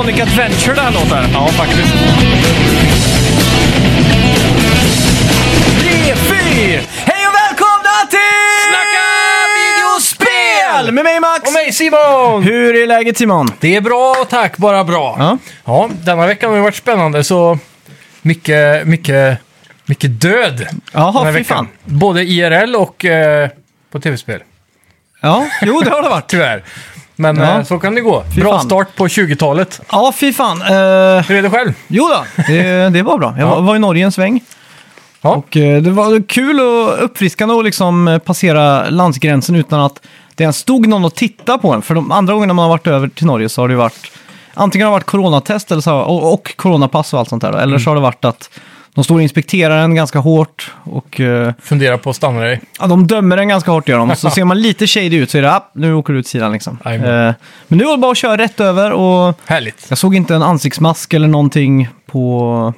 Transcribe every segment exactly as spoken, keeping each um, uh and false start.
Sonic Adventure det här låter. Ja, faktiskt. tre, fyra! Hej och välkomna till Snacka videospel! Med mig Max! Och mig Simon! Hur är läget Simon? Det är bra, tack. Bara bra. Ja. Ja, denna veckan har det varit spännande så mycket, mycket, mycket död. den Jaha, här fy veckan. fan. Både I R L och eh, på tv-spel. Ja, jo det har det varit. Tyvärr. Men Ja. eh, så kan det gå. Fy Bra fan. start på tjugotalet. Ja, fy fan. Uh, Hur är det själv? jo då, det, det var bra. Jag Ja. var, var i Norge en sväng. Ja. Och eh, det var kul och uppfriskande att liksom eh, passera landsgränsen utan att det ens stod någon och titta på en. För de andra gångerna man har varit över till Norge så har det varit antingen har det varit coronatest eller så, och, och coronapass och allt sånt där. Eller så har det varit att de står och inspekterar en ganska hårt och eh, Fundera på att stanna dig. ja, de dömer en ganska hårt gör de. Så ser man lite shady ut så är det ah, nu åker du ut sidan liksom. Eh, Jajamän. men nu var det bara att köra rätt över och Härligt. jag såg inte en ansiktsmask eller någonting på...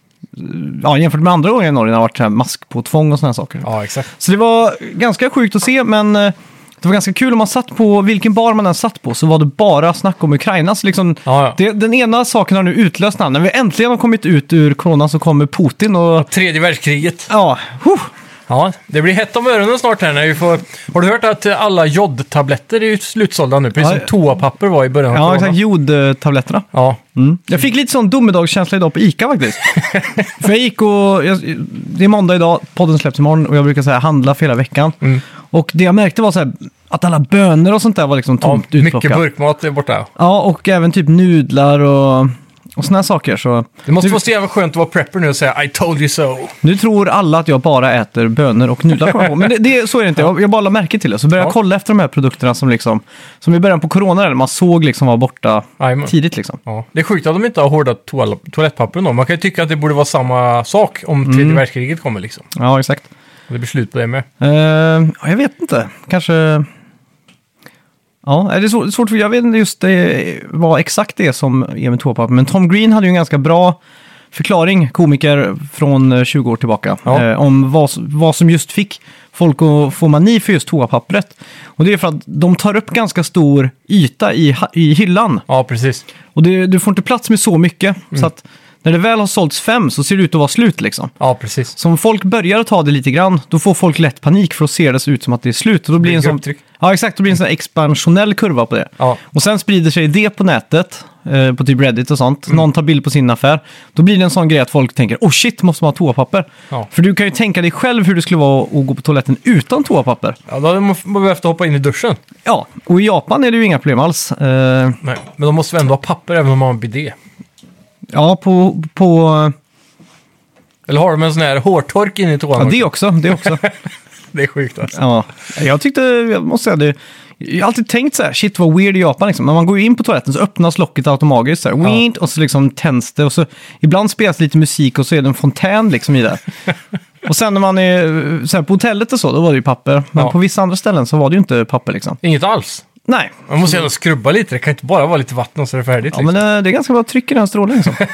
Ja, jämfört med andra gånger i Norge när det har varit så här mask på tvång och såna här saker. Ja, exakt. Så det var ganska sjukt att se, men eh, det var ganska kul om man satt på vilken bar man än satt på så var det bara snack om Ukraina. Så liksom, Ja, ja. det, den ena saken har nu utlöst den. När vi äntligen har kommit ut ur corona så kommer Putin och... Tredje världskriget. Ja, huh, Ja, det blir hett om öronen snart här när vi får... Har du hört att alla jodtabletter är ju slutsålda nu? Precis Ja, som toapapper var i början av ja corona. exakt, jodtabletterna. Ja, Mm. Jag fick lite sån domedagskänsla idag på Ica faktiskt. För jag gick och... Jag, det är måndag idag, podden släpps imorgon och jag brukar säga handla för hela veckan. Mm. Och det jag märkte var så här, att alla bönor och sånt där var liksom ja tomt mycket utplockat. burkmat är borta. Ja, och även typ nudlar och, och såna här saker. Så Det måste nu, vara så jävla skönt att vara prepper nu och säga I told you so. nu tror alla att jag bara äter bönor och nudlar. kommer jag ihåg. Men det, det, så är det inte. Jag, jag bara la märke till det. Så började jag Ja. kolla efter de här produkterna som liksom... Som i början på corona, eller man såg liksom var borta Jajamän. tidigt liksom. Ja. Det är sjukt att de inte har hårda toal- toalettpapper ändå. Man kan ju tycka att det borde vara samma sak om Mm. tredje världskriget kommer liksom. Ja, exakt. Och det blir slut på det med. Uh, jag vet inte. Kanske... Ja, det är svårt, svårt för jag vet inte just det, vad exakt det är som är med toapapper. Men Tom Green hade ju en ganska bra förklaring, komiker från tjugo år tillbaka, Ja. eh, om vad, vad som just fick folk att få mani för just toapappret. Och det är för att de tar upp ganska stor yta i, ha- i hyllan. Ja, precis. Och det, du får inte plats med så mycket. Mm. Så att när det väl har sålts fem så ser det ut att vara slut liksom. Ja, precis. Så om folk börjar att ta det lite grann, då får folk lätt panik för att se det ut som att det är slut. Och då blir det en sån, grupptryck. ja, exakt, då blir det en sån här expansionell kurva på det. Ja. Och sen sprider sig det på nätet, eh, på typ Reddit och sånt. Mm. Någon tar bild på sin affär. Då blir det en sån grej att folk tänker, oh shit, måste man ha toapapper? Ja. För du kan ju tänka dig själv hur det skulle vara att gå på toaletten utan toapapper. Ja, då hade man man behövt hoppa in i duschen. Ja, och i Japan är det ju inga problem alls. Eh, Nej. Men de måste väl ändå ha papper även om man har en bidé. ja, på... på Eller har de en sån här hårtork in i toan? ja, också? det också, det också. Det är sjukt alltså. Ja, jag tyckte, jag måste säga det, jag har alltid tänkt så här, shit vad weird i Japan liksom. När man går in på toaletten så öppnas locket automatiskt så här, weird, och så liksom tänds det och så ibland spelas lite musik och så är det en fontän liksom i det. Och sen när man är så här, på hotellet och så, då var det ju papper. Men Ja. på vissa andra ställen så var det ju inte papper liksom. Inget alls. Nej. Man måste ju ändå skrubba lite. Det kan inte bara vara lite vatten och så är det färdigt. Ja, Liksom. men det, det är ganska bra tryck i den här strålen liksom.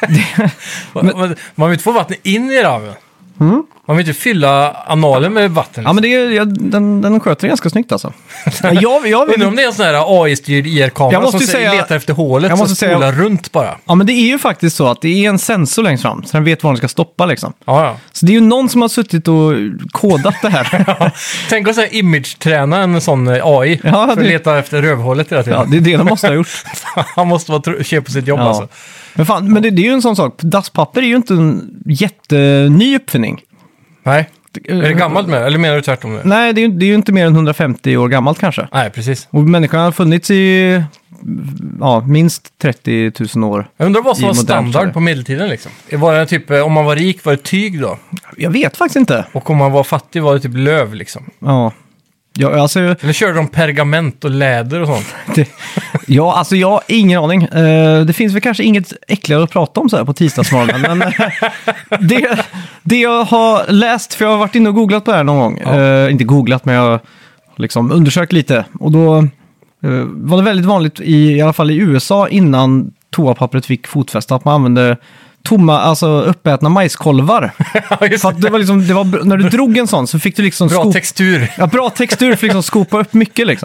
Man, man, man vill inte få vattnet in i raven. Mm. Man vill inte fylla analen med vatten. Ja, men det är, ja, den, den sköter det ganska snyggt alltså. Ja, jag, jag vill, Undrar om det är en sån här A I-styrd I R-kamera Jag måste som säga- letar efter hålet jag och måste säga- spolar runt bara. ja, men det är ju faktiskt så att det är en sensor längst fram, så den vet var den ska stoppa liksom. Ja, ja. Så det är ju någon som har suttit och kodat det här. Tänk att så här image-träna en sån eh, A I Ja, för att det- leta efter rövhålet hela Ja, tiden. det är det de måste ha gjort. Han måste vara tro- tjej på sitt jobb Ja. alltså. Men, fan, men det, det är ju en sån sak. Dasspapper är ju inte en jätteny uppfinning. Nej. Är det gammalt med? Eller menar du tvärtom nu? Nej, det är, ju, det är ju inte mer än hundrafemtio år gammalt kanske. Nej, precis. Och människan har funnits i ja, minst trettio tusen år. Jag undrar vad som I var modern standard tid. på medeltiden liksom. Var det typ, eh, om man var rik var det tyg då? Jag vet faktiskt inte. Och om man var fattig var det typ löv liksom. Ja, ja alltså... Eller körde de pergament och läder och sånt? Det, ja, alltså jag har ingen aning. Uh, det finns väl kanske inget äckligare att prata om så här på tisdagsmorgonen. men uh, det, det jag har läst, för jag har varit inne och googlat på det här någon gång. Ja. Uh, inte googlat, men jag har liksom undersökt lite. Och då uh, var det väldigt vanligt, i, i alla fall i U S A, innan toapappret fick fotfäste, att man använde tomma, alltså uppätna majskolvar. Ja, just För att det var liksom, det var, när du drog en sån så fick du liksom... Bra skop- textur. Ja, bra textur för att liksom skopa upp mycket liksom.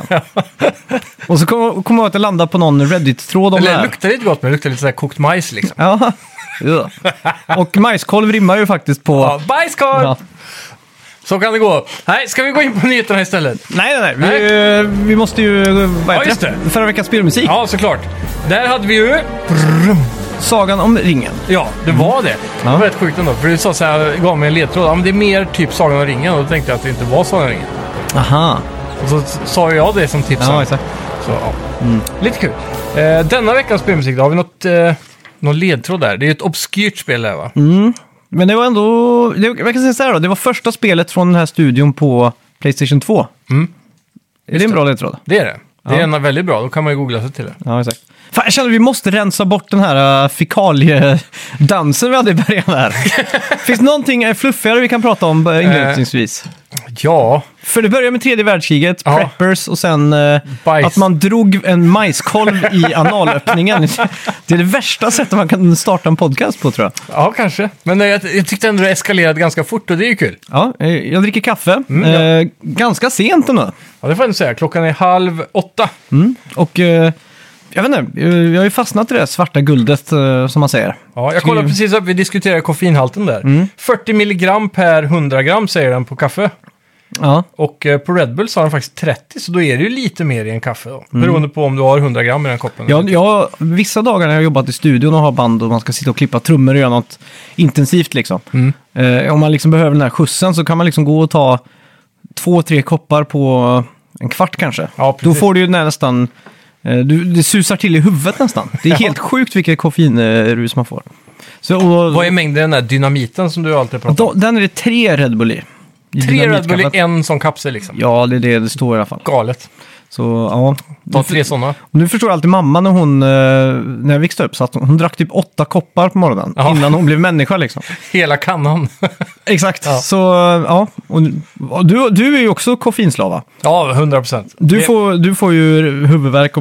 Och så kommer kom jag ihåg att jag landade på någon Reddit-tråd om Eller det det här. luktar lite gott, men det luktar lite så här kokt majs liksom. Ja. Ja. Och majskolv rimmar ju faktiskt på... Ja, bajskorv! Ja. Så kan det gå. Nej, ska vi gå in på nyheterna istället? Nej, nej, nej. Vi, eh, vi måste ju... Vad Ja, heter just det. Förra veckans spelmusik. Ja, såklart. Där hade vi ju... Sagan om ringen. Ja, det var det. Det Ja. var rätt sjukt ändå. För du sa så här, gav mig en ledtråd. Ja, men det är mer typ Sagan om ringen. Och då tänkte jag att det inte var Sagan om ringen. Aha. Och så s- sa jag det som tips. Ja, exakt. Så, ja. Lite kul. Eh, denna veckans spelmusik, då har vi något, eh, någon ledtråd där. Det är ju ett obskyrt spel där, va? Men det var ändå... Det, jag kan säga så här då. Det var första spelet från den här studion på PlayStation två. Mm. Är det en bra ledtråd? Det är det. Det är Ja. en väldigt bra. Då kan man ju googla sig till det. Ja, exakt. Fan, jag känner att vi måste rensa bort den här uh, fekaliedansen vi hade i början här. Finns det någonting fluffigare vi kan prata om uh, inledningsvis? Ja, För det börjar med tredje världskriget, Ja. preppers och sen uh, Bajs. att man drog en majskolv i analöppningen. Det är det värsta sättet man kan starta en podcast på, tror jag. ja kanske. Men eh, jag, jag tyckte ändå det eskalerade ganska fort och det är ju kul. Ja, eh, jag dricker kaffe. Mm, ja. eh, ganska sent ändå. Ja, det får jag ändå säga. Klockan är halv åtta. Mm. Och eh, jag vet inte, eh, jag har ju fastnat i det svarta guldet eh, som man säger. Ja, jag Ska kollade vi- precis upp, vi diskuterade koffeinhalten där. Mm. fyrtio milligram per hundra gram säger den på kaffe. Ja, Och eh, på Red Bull så har den faktiskt trettio, så då är det ju lite mer i en kaffe då. Mm. Beroende på om du har hundra gram i den koppen. jag, jag, vissa dagar när jag har jobbat i studion och har band och man ska sitta och klippa trummor och göra något intensivt liksom. Mm. Eh, om man liksom behöver den här skjutsen så kan man liksom gå och ta två, tre koppar på en kvart kanske. Ja, Då precis. får du ju den här nästan, eh, du, det susar till i huvudet nästan. Det är Ja. helt sjukt vilket koffeinrus man får. Så, och, Vad är mängden i den där dynamiten som du alltid pratar om? då, den är det tre Red Bull i. I Tre Red Bull dynamitkaffet. i en sån kapsel liksom. Ja, det är det det står i alla fall. Galet. Så ja. Ta tre sådana. Nu förstår jag alltid mamma när hon, eh, när jag växte upp, så att hon, hon drack typ åtta koppar på morgonen Jaha. innan hon blev människa liksom. Hela kannan. Exakt, Ja. så ja. Och, och du, du är ju också koffeinslava. Ja, hundra procent. Du får, du får ju huvudvärk och...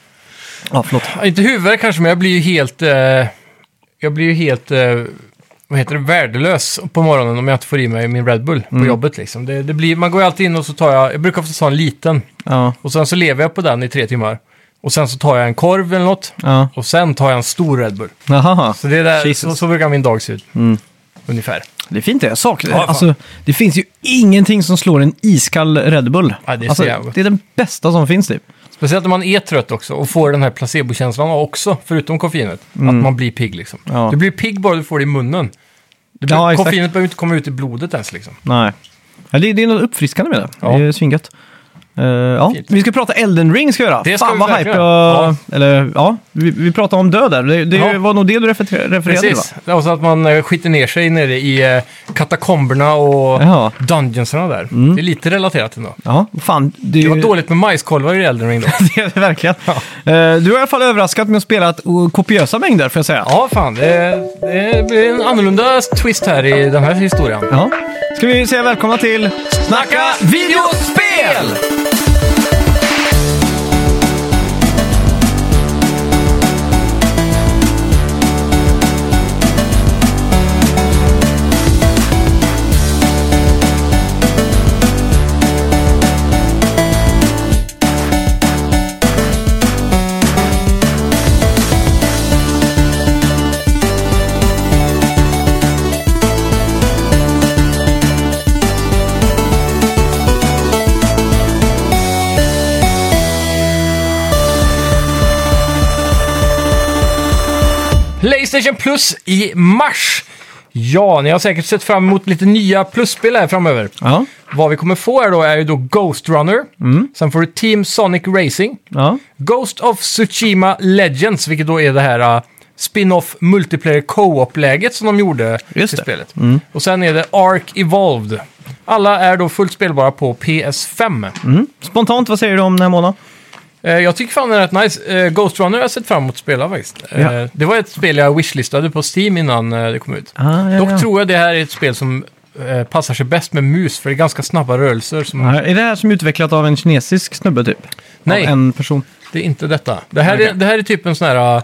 Ja, förlåt. Inte huvudvärk kanske, men jag blir ju helt... Eh, jag blir ju helt... Eh, vad heter det? Värdelös på morgonen om jag inte får i mig min Red Bull på jobbet liksom. Det, det blir, man går ju alltid in och så tar jag... Jag brukar ofta ta en liten. Ja, Och sen så lever jag på den i tre timmar. Och sen så tar jag en korv eller något. ja. Och sen tar jag en stor Red Bull. Jaha. Så det är där, Jesus. så, så brukar min dag se ut. Mm. Ungefär. Det är fint det. Jag saknar Ja, fan. alltså, det finns ju ingenting som slår en iskall Red Bull. Ja, det är så alltså, jävla- det är den bästa som finns typ. Speciellt när man är trött också och får den här placebokänslan också, förutom koffeinet. Att man blir pigg liksom. Ja. Du blir pigg bara du får det i munnen. Det blir, Ja, exakt. koffeinet behöver inte komma ut i blodet ens liksom. Nej. Ja, det, det är något uppfriskande med det. Ja. Det är svingött. Uh, ja. Fint. Vi ska prata Elden Ring ska vi göra. Det ska Fan vi vad verkligen hype göra. jag... Eller ja, vi, vi pratar om död där. Det, det Ja. var nog det du refer- refererade till va? Precis. Det är också att man eh, skiter ner sig nere i eh, katakomberna och Jaha. dungeonsarna där. Det är lite relaterat ändå. Ja, fan. Det, är Det var ju- dåligt med majskolvar i Elden Ring då. det är det verkligen. Eh, du har i alla fall överraskat med att spela ett, oh, kopiösa mängder, får jag säga. Ja, fan. Det, det blir en annorlunda twist här i den här historien. Ja. Ska vi säga välkomna till Snacka videospel! PlayStation Plus i mars. Ja, ni har säkert sett fram emot lite nya plusspel här framöver. Ja. Vad vi kommer få här då är ju då Ghost Runner. Sen får du Team Sonic Racing. Ja. Ghost of Tsushima Legends, vilket då är det här uh, spin-off multiplayer co-op-läget som de gjorde Just till det. spelet. Och sen är det Ark Evolved. Alla är då fullt spelbara på P S fem. Mm. Spontant, vad säger du om den här månaden? Eh, jag tycker fan det är rätt nice. Eh, Ghost Runner har jag sett fram emot att spela faktiskt. Eh, Ja. Det var ett spel jag wishlistade på Steam innan eh, det kom ut. Ah, ja, Dock ja. tror jag det här är ett spel som eh, passar sig bäst med mus, för det är ganska snabba rörelser. Som... Ja, är det här som är utvecklat av en kinesisk snubbe typ? Nej. Av en person? Det är inte detta. Det här, Okej. är, det här är typ en sån här uh,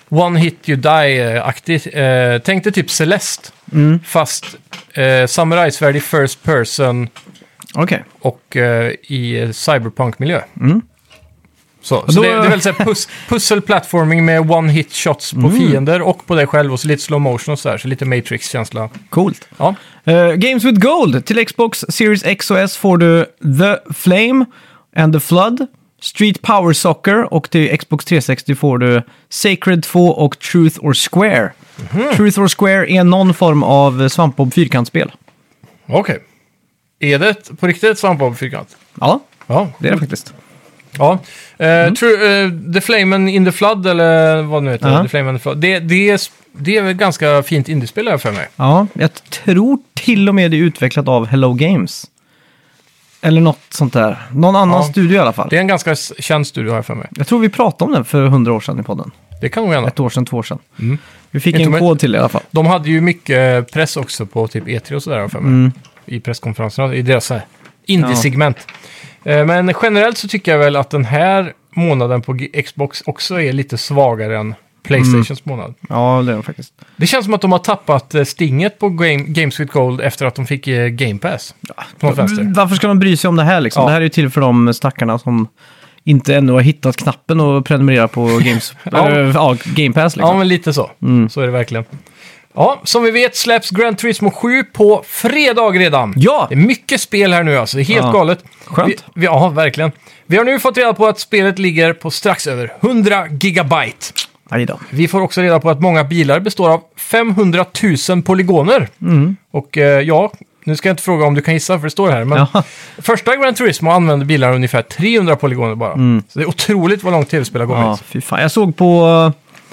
One Hit You Die-aktigt. Eh, tänk dig typ Celeste, Mm. fast eh, samurajsvärd i first person Okej. och eh, i cyberpunk-miljö. Mm. Så, då- så det, det är väl så här pus- pussel-platforming med one-hit shots på Mm. fiender och på dig själv och så lite slow motion och så här, så lite Matrix-känsla. Coolt. Ja, Eh, Games with Gold. Till Xbox Series X och S får du The Flame and the Flood, Street Power Soccer, och till Xbox tre sextio får du Sacred två och Truth or Square. Mhm. Truth or Square är någon form av svampbob fyrkantsspel. okej. Är det ett, på riktigt ett svampbob-fyrkant? Ja, Ja, det är det faktiskt. Ja, eh, Mm. true, eh, The Flame in the Flood, eller vad det nu heter, Ja. The Flame in the Flood, det, det, är, det är väl ganska fint indiespel här för mig. Ja, jag tror till och med det är utvecklat av Hello Games. Eller något sånt där. Någon annan Ja. studio i alla fall. Det är en ganska s- känd studio här för mig. Jag tror vi pratade om den för hundra år sedan i podden. Det kan nog hända. Ett år sedan, två år sedan. Mm. Vi fick Inte en med- kod till det i alla fall. De hade ju mycket press också på typ E tre och sådär för mig. Mm. I presskonferenserna, i deras så här indie-segment. Eh, Men generellt så tycker jag väl att den här månaden på G- Xbox också är lite svagare än Playstations månad. Ja, det är den faktiskt. Det känns som att de har tappat eh, stinget på Game, Games with Gold efter att de fick eh, Game Pass. På något vänster. Varför ska de bry sig om det här liksom? Ja. Det här är ju till för de stackarna som inte ännu har hittat knappen och prenumererar på Games, Ja. eller, ja, Game Pass Ja, liksom. men lite så. Mm. Så är det verkligen. Ja, som vi vet släpps Gran Turismo sju på fredag redan. Ja! Det är mycket spel här nu alltså, det är helt Ja. galet. Skönt. Vi, vi, ja, verkligen. Vi har nu fått reda på att spelet ligger på strax över hundra gigabyte. Aj då. Vi får också reda på att många bilar består av femhundratusen polygoner. Mm. Och eh, ja, nu ska jag inte fråga om du kan gissa för det står här. Men Ja. första Gran Turismo använde bilar ungefär trehundra polygoner bara. Så det är otroligt vad långt tv-spel har kommit. Mm. Ja, fy fan. Jag såg på,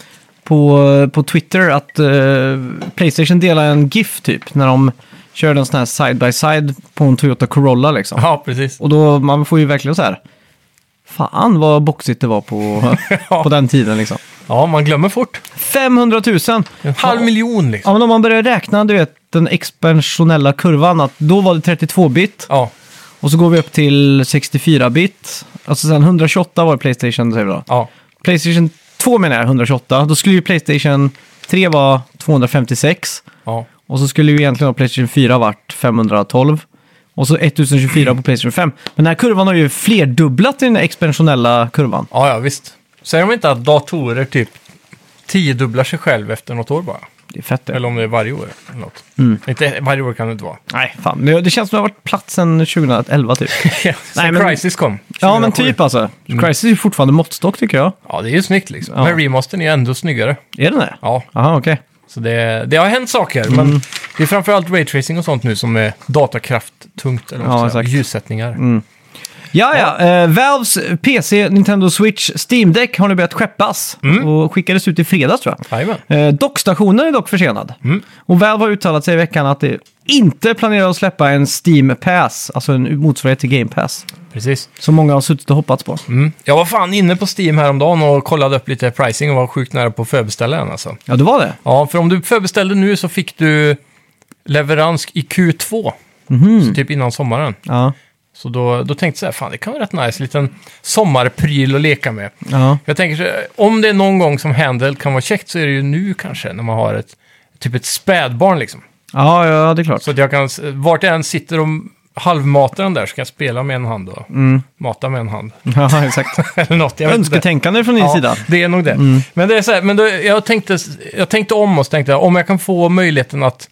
på, på Twitter att eh, PlayStation delar en GIF typ när de kör en sån här side-by-side på en Toyota Corolla liksom. Ja, precis. Och då, man får ju verkligen så här, fan vad boxigt det var på, Ja. på den tiden liksom. Ja, man glömmer fort. femhundratusen! En halv miljon liksom. Ja, men om man börjar räkna, du vet, den exponentiella kurvan, att då var det trettiotvå bit Ja, och så går vi upp till sextiofyra bit. Alltså sen hundratjugoåtta var det PlayStation, säger vi då. ja. PlayStation två menar jag, hundratjugoåtta. Då skulle ju PlayStation tre vara tvåhundrafemtiosex. Ja, Och så skulle ju egentligen PlayStation fyra varit femhundratolv. Och så tusen tjugofyra på PlayStation fem. Men den här kurvan har ju flerdubblat i den här exponentiella kurvan. ja, ja visst. Säger de inte att datorer typ tiodubblar sig själv efter något år bara? Det är fett det. Eller om det är varje år eller något. Mm. Inte varje år kan det inte vara. Nej, fan. Det, det känns som det har varit plats sedan tjugoelva typ. Sen Nej, men- Crysis kom. Ja, men tjugohundrasju. typ alltså. Crysis är ju fortfarande måttstock tycker jag. Ja, det är ju snyggt liksom. Ja. Men remastern är ju ändå snyggare. Är den det? Ja, Jaha, okej. så det, det har hänt saker. Mm. Men det är framförallt raytracing och sånt nu som är datakrafttungt. Eller vad Ja, man ska säga. exakt. Ljussättningar. Ja, ja. Eh, Valves P C, Nintendo Switch, Steam Deck har nu börjat skeppas. Och skickades ut i fredags tror jag. Jajamän. Eh, dockstationen är dock försenad. Mm. Och Valve har uttalat sig i veckan att det inte planerar att släppa en Steam Pass, alltså en motsvarighet till Game Pass, Precis. som många har suttit och hoppats på. Mm. Jag var fan inne på Steam häromdagen och kollade upp lite pricing och var sjukt nära på att förbeställa den alltså. Ja, det var det. Ja, för om du förbeställde nu så fick du leverans i Q två. Mhm. Så typ innan sommaren. Ja, Så då, då tänkte jag så här, fan det kan vara rätt nice, liten sommarpryl att leka med. ja. Jag tänker så här, om det är någon gång som handheld kan vara käckt så är det ju nu kanske, när man har ett typ ett spädbarn liksom. Ja, ja, det är klart. Så att jag kan, vart jag än sitter och halvmatar den där så kan jag spela med en hand och Mm. mata med en hand. Ja, exakt. Eller något, jag vet inte. Önsketänkande från din Ja, sida. det är nog det. Men det är så här, men då, jag, tänkte, jag tänkte om och så tänkte jag, om jag kan få möjligheten att...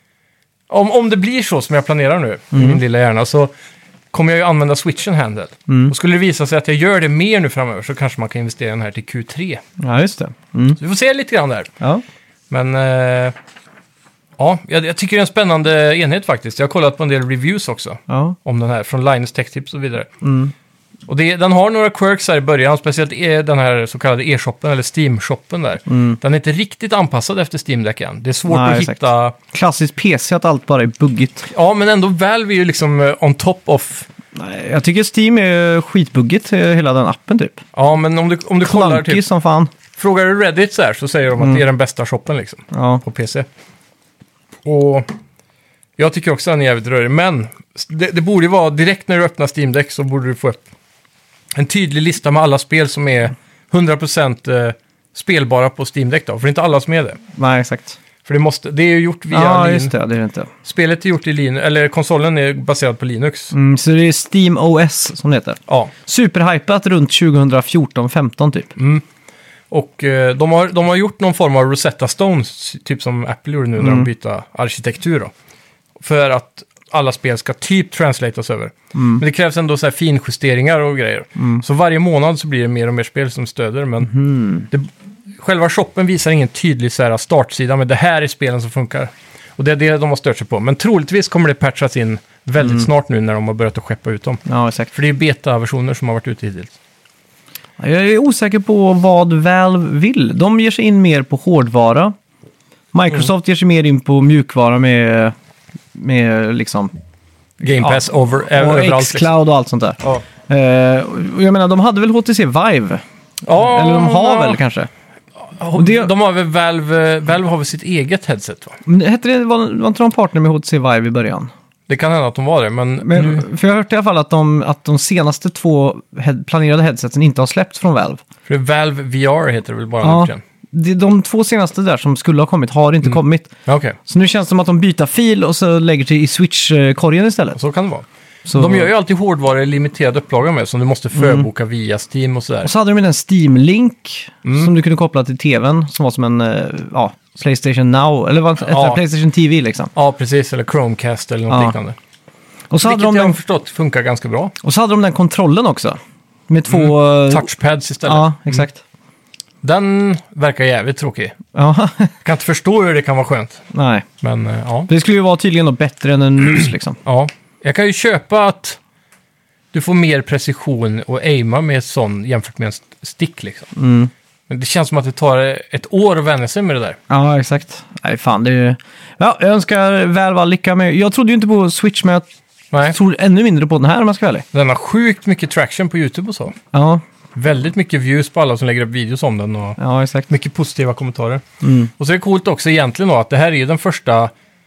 Om, om det blir så som jag planerar nu, i min lilla hjärna, så kommer jag ju använda switchen handheld. Och skulle det visa sig att jag gör det mer nu framöver så kanske man kan investera den här till Q tre. Ja, just det. Mm. Så vi får se lite grann där. Ja. Men eh, ja, jag, jag tycker det är en spännande enhet faktiskt. Jag har kollat på en del reviews också Ja. om den här, från Linus Tech Tips och så vidare. Mm. Och det, den har några quirks här i början, speciellt e- den här så kallade e-shoppen eller Steam-shoppen där. Mm. Den är inte riktigt anpassad efter Steam-Deck än. Det är svårt Nej, att exakt. hitta... Klassiskt P C att allt bara är buggigt. Ja, men ändå Valve är ju liksom eh, on top of... Nej, jag tycker Steam är skitbuggigt, eh, hela den appen typ. Ja, men om du, om du kollar Clunky typ... som fan. Frågar du Reddit så här så säger de att det är den bästa shoppen liksom. Ja. På P C. Och jag tycker också att den är jävligt rörig. Men det, det borde ju vara direkt när du öppnar Steam Deck så borde du få upp en tydlig lista med alla spel som är hundra procent eh, spelbara på Steam Deck då, för det är inte alla som är det. Nej, exakt. För det, måste, det är ju gjort via Ja, Lin- just det. Det är det inte. Spelet är gjort i Linux, eller konsolen är baserad på Linux. Mm, så det är Steam O S som det heter. Ja. Superhypat runt tjugohundrafjorton femton typ. Mm. Och eh, de, har, de har gjort någon form av Rosetta Stones, typ som Apple gjorde nu när de bytte arkitektur då. För att alla spel ska typ translatas över. Mm. Men det krävs ändå så här finjusteringar och grejer. Mm. Så varje månad så blir det mer och mer spel som stöder. Men Mm. det, själva shoppen visar ingen tydlig så här, startsida, men det här är spelen som funkar. Och det är det de har stört sig på. Men troligtvis kommer det patchas in väldigt Mm. snart nu när de har börjat att skeppa ut dem. Ja, exakt. För det är beta-versioner som har varit ute hittills. Jag är osäker på vad Valve vill. De ger sig in mer på hårdvara. Microsoft ger sig mer in på mjukvara med, med liksom... Game Pass over, Och överallt. Xcloud och allt sånt där. Ja. Eh, och jag menar, de hade väl H T C Vive? Ja, Eller de har väl kanske? Och det- De har väl Valve, Valve har väl sitt eget headset va? Men hette det, var, var inte de partner med H T C Vive i början? Det kan hända att de var det, men, Men, nu, För jag har hört i alla fall att de, att de senaste två head, planerade headsetsen inte har släppts från Valve. för Valve V R heter det väl bara Ja. nu igen. De, de två senaste där som skulle ha kommit har inte kommit. Ja, okej. Så nu känns det som att de byter fil och så lägger till i Switch-korgen istället. Så kan det vara. Så, De gör ju alltid hårdvara i limiterad upplaga med, som du måste förboka via Steam och sådär. Och så hade de ju den Steam-link Mm. som du kunde koppla till tvn som var som en eh, ja, PlayStation Now, eller vad heter Ja. det? PlayStation T V liksom. Ja, precis. Eller Chromecast eller något Ja. liknande. Och så, hade Vilket de jag har den, förstått funkar ganska bra. och så hade de den kontrollen också. Med två... eh, Touchpads istället. Ja, exakt. Den verkar jävligt tråkig. Ja, Jag kan inte förstå hur det kan vara skönt. nej. Men eh, ja. Det skulle ju vara tydligen något bättre än en mus liksom. ja. Jag kan ju köpa att du får mer precision och aima med sån jämfört med en st- stick liksom. Mm. Men det känns som att det tar ett år att vänja sig med det där. Ja, exakt. Nej, fan, det är... Ja, jag önskar väl all lycka med... Jag trodde ju inte på Switch, men jag Nej. tror ännu mindre på den här om jag ska vara ärlig. Den har sjukt mycket traction på YouTube och så. Ja, Väldigt mycket views på alla som lägger upp videos om den och ja, exakt. mycket positiva kommentarer. Mm. Och så är det coolt också egentligen då att det här är ju den första...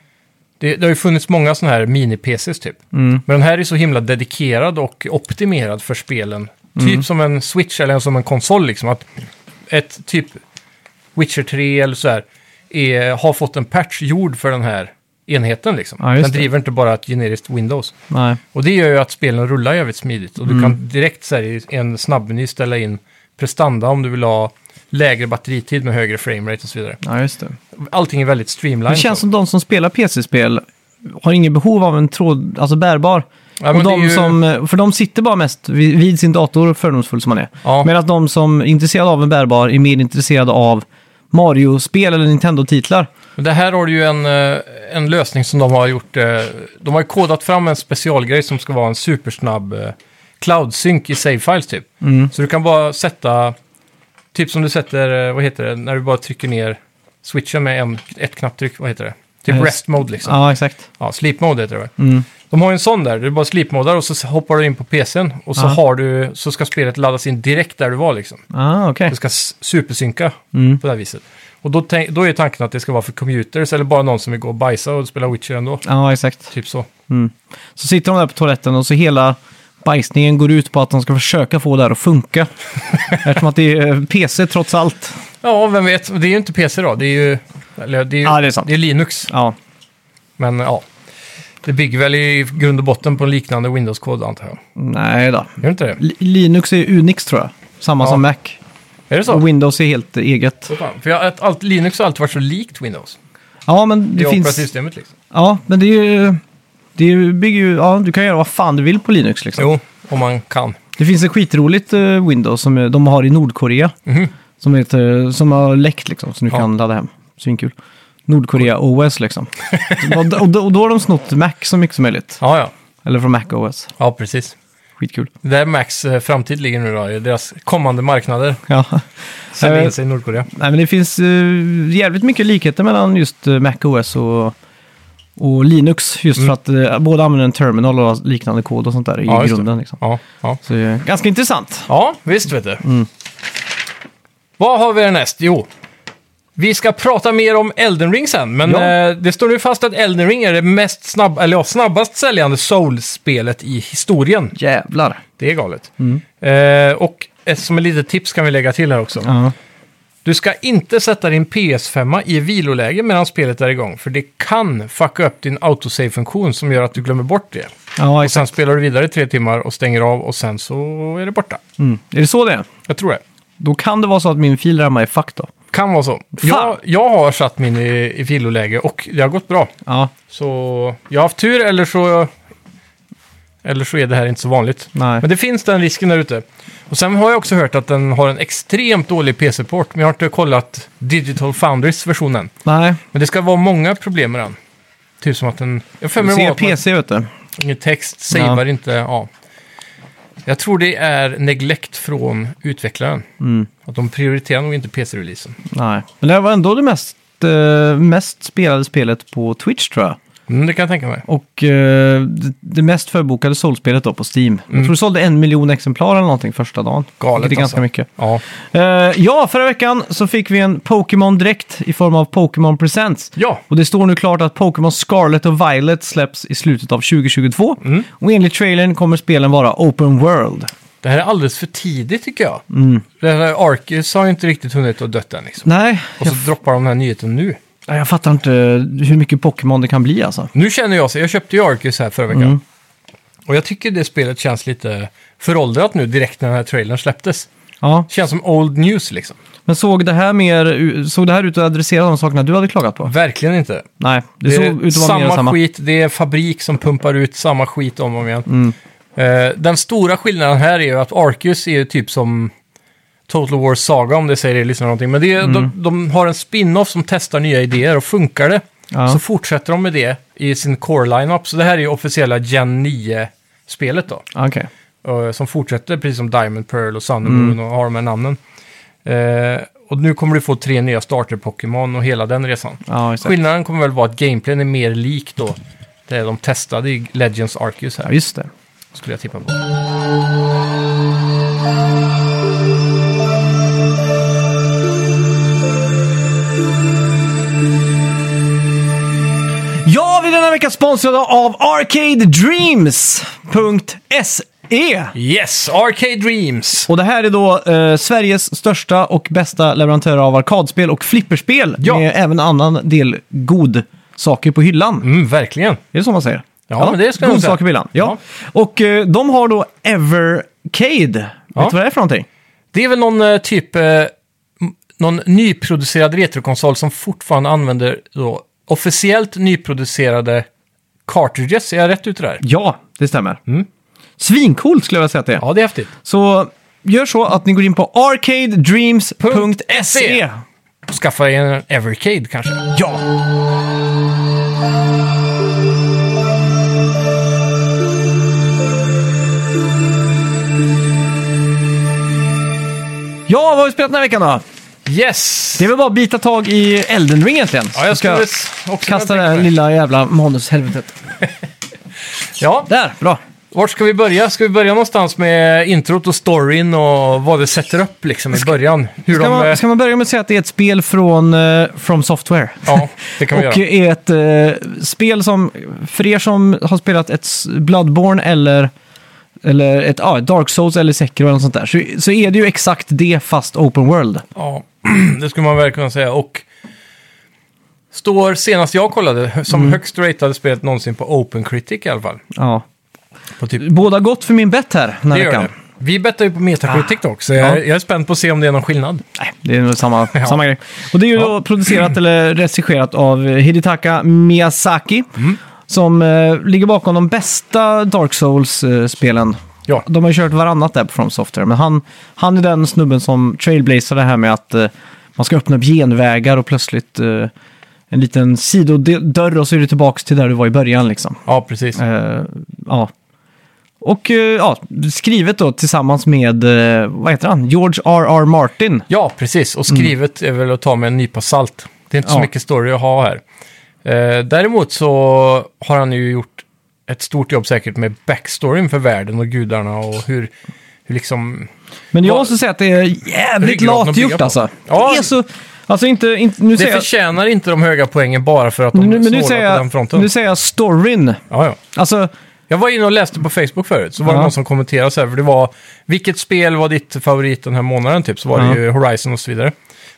Det, det har ju funnits många sådana här mini-P Cs typ. Mm. Men den här är så himla dedikerad och optimerad för spelen. Mm. Typ som en Switch eller som en konsol liksom. Att ett typ Witcher tre eller så här är, har fått en patch gjord för den här enheten liksom. Ja, just den det. driver inte bara ett generiskt Windows. Nej. Och det gör ju att spelen rullar jävligt smidigt. Och du Mm. kan direkt så här, i en snabbmeny ställa in prestanda om du vill ha lägre batteritid med högre framerate och så vidare. Ja, just det. Allting är väldigt streamlined. Det känns så. som de som spelar P C-spel har ingen behov av en tråd, alltså bärbar. Ja, och men det de är ju- som, för de sitter bara mest vid, vid sin dator, fördomsfull som man är. Ja. Medan de som är intresserade av en bärbar är mer intresserade av Mario-spel eller Nintendo-titlar. Men det här har du ju en, eh, en lösning som de har gjort. eh, De har ju kodat fram en specialgrej som ska vara en supersnabb eh, cloud-sync i save-files typ. Mm. Så du kan bara sätta, typ som du sätter, eh, vad heter det, när du bara trycker ner switchen med en, ett knapptryck, vad heter det? Typ Eh, rest mode liksom. Ja, exakt. Ja, sleep mode heter det väl. Mm. De har ju en sån där, du bara sleep-modar och så hoppar du in på P C:n och så, Ja. har du, så ska spelet laddas in direkt där du var liksom. Ah, okej. Det ska s- supersynka Mm. på det här viset. Och då, tänk, då är tanken att det ska vara för commuters eller bara någon som vill gå och bajsa och spela Witcher ändå. Ja, exakt. Typ så. Mm. Så sitter de där på toaletten och så hela bajsningen går ut på att de ska försöka få det här att funka. Eftersom att det är eh, P C trots allt. Ja, vem vet. Det är ju inte P C då. Det är ju, eller, det är, ju- Ja, det är sant. det är Linux. Ja, Men ja, det bygger väl i grund och botten på en liknande Windows-kod antar jag. nej då. Gör det inte det? Li- Linux är Unix tror jag. Samma Ja. som Mac. Är det så? Och Windows är helt eget. Så fan. För jag, att allt, Linux har alltid varit så likt Windows. Ja, men Det, det är finns... operativsystemet liksom. Ja, men det är ju... Det är ju- bygger ju... Ja, du kan göra vad fan du vill på Linux liksom. Jo, om man kan. Det finns ett skitroligt eh, Windows som eh, de har i Nordkorea. Mhm. Som, heter, som har läckt liksom, så du Ja. kan ladda hem. Svinkul. Nordkorea O S liksom. och, och, och då har de snott Mac så mycket som möjligt. Ja, ja. Eller från Mac O S. Ja, precis. Skitkul. Där Macs eh, framtid ligger nu då, i deras kommande marknader. Ja. Säljer Eh, in sig i Nordkorea. Nej, men det finns uh, jävligt mycket likheter mellan just uh, Mac O S och, och Linux. Just Mm. för att uh, båda använder en terminal och har liknande kod och sånt där i Ja, just det. grunden. Liksom. Ja, ja. Så det är ganska intressant. ja, visst vet du. Mm. Vad har vi härnäst? Jo, vi ska prata mer om Elden Ring sen, men Ja. eh, det står nu fast att Elden Ring är det mest snabb, eller ja, snabbast säljande Souls-spelet i historien. Jävlar. Det är galet. Mm. Eh, och ett, som ett litet tips kan vi lägga till här också. Ja. Du ska inte sätta din P S fem i viloläge medan spelet är igång, för det kan fucka upp din autosave-funktion som gör att du glömmer bort det. Ja, och sen spelar du vidare i tre timmar och stänger av och sen så är det borta. Mm. Är det så det är? Jag tror det. Då kan det vara så att min fil hemma är fucked då. Kan vara så. Jag, jag har satt min i, i viloläge och det har gått bra. Ja. Så jag har haft tur eller så, eller så är det här inte så vanligt. Nej. Men det finns den risken där ute. Och sen har jag också hört att den har en extremt dålig P C-port. Men jag har inte kollat Digital Foundries versionen. Nej. Men det ska vara många problem med den. Typ som att den... Jag Du ser P C, vet du. Ingen text, savear ja. inte. Ja. Jag tror det är neglect från utvecklaren. Mm. Att de prioriterar nog inte P C-releasen. Nej, men det var ändå det mest, eh, mest spelade spelet på Twitch, tror jag. Mm, det kan jag tänka mig. Och eh, det, det mest förbokade Soul-spelet då på Steam. Mm. Jag tror det sålde en miljon exemplar eller någonting första dagen. Galet, det är ganska alltså. mycket. Ja. Uh, ja, förra veckan så fick vi en Pokémon direkt i form av Pokémon Presents. Ja. Och det står nu klart att Pokémon Scarlet och Violet släpps i slutet av tjugo tjugotvå. Mm. Och enligt trailern kommer spelen vara open world. Det här är alldeles för tidigt tycker jag. Mm. Det här Arceus har ju inte riktigt hunnit att dött än. Liksom. Nej. Och så jag... droppar de den här nyheten nu. Jag fattar inte hur mycket Pokémon det kan bli alltså. Nu känner jag så. Jag köpte ju Arceus här förra veckan. Mm. Och jag tycker det spelet känns lite föråldrat nu direkt när den här trailern släpptes. Ja. Känns som old news liksom. Men såg det här mer, såg det här ut att adressera de sakerna du hade klagat på? Verkligen inte. Nej, det, det såg är ut att vara mer samma samma skit. Det är fabrik som pumpar ut samma skit om och om igen. Mm. Uh, den stora skillnaden här är ju att Arceus är ju typ som Total War Saga, om det säger det liksom någonting. Men det är, mm. de, de har en spin-off som testar nya idéer och funkar det. Ja. Så fortsätter de med det i sin core-lineup. Så det här är ju officiella Gen nio-spelet då. Okay. Uh, som fortsätter precis som Diamond, Pearl och Sun and Moon mm. och har de här namnen. Uh, och nu kommer du få tre nya starter-Pokémon och hela den resan. Ja, skillnaden kommer väl vara att gameplayen är mer lik då. Det de testade i Legends Arceus här. Ja, just det. Skulle jag tippa på. Ja, vi är denna vecka sponsrade av Arcade Dreams punkt se. Yes, Arcade Dreams. Och det här är då eh, Sveriges största och bästa leverantör av arkadspel och flipperspel. Ja. Med även en annan del god saker på hyllan. Mm, verkligen. Är det så man säger? Ja, ja, men det ska jag säga. God saker på hyllan. Ja. ja. Och eh, de har då Evercade. Ja. Vet du vad det är för någonting? Det är väl någon eh, typ... Eh, någon nyproducerad retrokonsol som fortfarande använder då officiellt nyproducerade cartridges. Är jag rätt ute där? Ja, det stämmer. Mm. Svincoolt skulle jag säga att det är. Ja, det är häftigt. Så gör så att ni går in på arcade dreams punkt se. Skaffa en Evercade kanske. Ja! Ja, vad har vi spelat den här veckan då? Yes! Det är väl bara att bita tag i Elden Ring egentligen. Ja, jag ska också kasta det här lilla jävla manushelvetet. Ja. Där, bra. Vart ska vi börja? Ska vi börja någonstans med introt och storyn och vad det sätter upp liksom i början? Hur ska, de, man, ska man börja med att säga att det är ett spel från uh, From Software? Ja, det kan vi och göra. Och är ett uh, spel som, för er som har spelat ett Bloodborne eller... Eller ett, ja, ett Dark Souls eller Sekiro eller något sånt där. Så, så är det ju exakt det fast open world. Ja, det skulle man verkligen kunna säga. Och står senast jag kollade som mm. högst ratade spelet någonsin på OpenCritic i alla fall. Ja. På typ... Båda gott för min bett här den här det veckan. Gör det. Vi bettar ju på Metacritic ah. också. Jag, ja. jag är spänd på att se om det är någon skillnad. Nej, det är nog samma, ja. samma grej. Och det är ju ja. då producerat eller regisserat av Hidetaka Miyazaki. Mm. Som eh, ligger bakom de bästa Dark Souls-spelen. Eh, ja. De har ju kört varannat där på From Software. Men han, han är den snubben som trailblazar det här med att eh, man ska öppna upp genvägar och plötsligt eh, en liten sidodörr och så är du tillbaka till där du var i början liksom. Ja, precis. Eh, ja. Och eh, ja, skrivet då tillsammans med, eh, vad heter han? George R R. Martin. Ja, precis. Och skrivet mm. är väl att ta med en nypa salt. Det är inte så ja. mycket story att ha här. Eh, däremot så har han ju gjort ett stort jobb säkert med backstoryn för världen och gudarna och hur, hur liksom... Men jag måste säga att det är jävligt lat gjort alltså. Ja. Det är så... Alltså inte, inte, nu det säger förtjänar jag... inte de höga poängen bara för att de nu, snålar säger på den fronten. Nu säger jag storyn. Ja, ja. Alltså... Jag var inne och läste på Facebook förut, så var ja. det någon som kommenterade så här, för det var, vilket spel var ditt favorit den här månaden typ, så var ja. det ju Horizon och så vidare. Och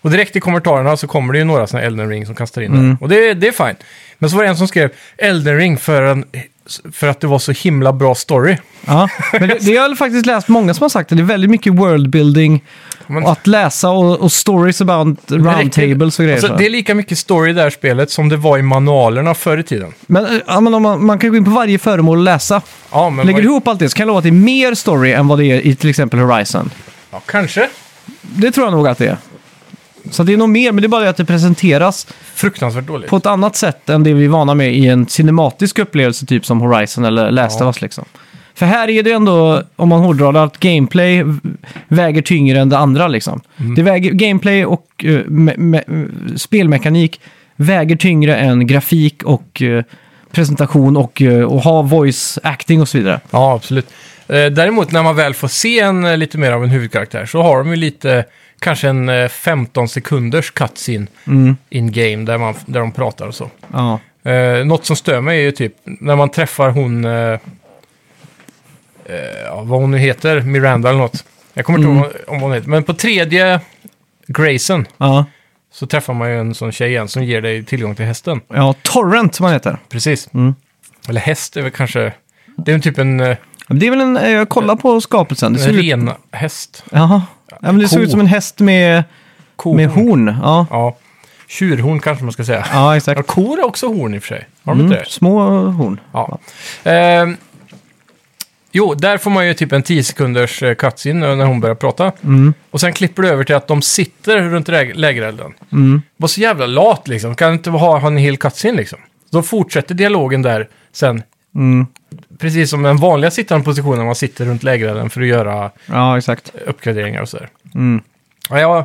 Och direkt i kommentarerna så kommer det ju några såna Elden Ring som kastar in Mm. det. Och det, det är fine. Men så var det en som skrev Elden Ring för, en, för att det var så himla bra story. Ja, men det, det har jag faktiskt läst många som har sagt att det är väldigt mycket worldbuilding Men, och att läsa och, och stories about roundtables och grejer. alltså, så. det är lika mycket story i det här spelet som det var i manualerna förr i tiden. Men, eh, ja, men om man, man kan gå in på varje föremål och läsa. Ja, men Lägger vad- du ihop allt det så kan jag lova att det är mer story än vad det är i till exempel Horizon. Ja, kanske. Det tror jag nog att det är. Så det är nog mer, men det är bara det att det presenteras Fruktansvärt dåligt. på ett annat sätt än det vi är vana med i en cinematisk upplevelse typ som Horizon eller Last Ja. of Us liksom. För här är det ändå, om man hårdrar det, att gameplay väger tyngre än det andra liksom. Mm. Det väger, gameplay och uh, me, me, spelmekanik väger tyngre än grafik och uh, presentation och, uh, och ha voice acting och så vidare. Ja, absolut. Eh, däremot när man väl får se en, eh, lite mer av en huvudkaraktär så har de ju lite, kanske en eh, femton sekunders cutscene Mm. in-game där, man, där de pratar och så. Ja. Eh, något som stör mig är ju typ när man träffar hon, eh, eh, ja, vad hon nu heter, Miranda eller något. Jag kommer inte Mm. ihåg om vad hon heter. Men på tredje Grayson Ja. så träffar man ju en sån tjej igen som ger dig tillgång till hästen. ja, Torrent som man heter. Precis. Mm. Eller häst är väl kanske, det är en typ en, eh, Det är väl en, jag kollar på skapelsen. Det en ser ut, ren häst. jaha. Ja, men det ser Ko. ut som en häst med, Kohorn. med horn. Ja, Ja, tjurhorn kanske man ska säga. ja Ja, exakt. kor har också horn i och för sig. Har de Mm, inte det? små horn. Ja. Ehm, jo, där får man ju typ en tio sekunders eh, cutscene när hon börjar prata. Mm. Och sen klipper du över till att de sitter runt läg- lägerelden. Mm. Var så jävla lat liksom. Kan inte ha, ha en hel cutscene liksom. Så fortsätter dialogen där sen. Mm. Precis som den vanliga sittande positionen man sitter runt lägerelden för att göra Ja, exakt. uppgraderingar och sådär. Mm. Ja, jag,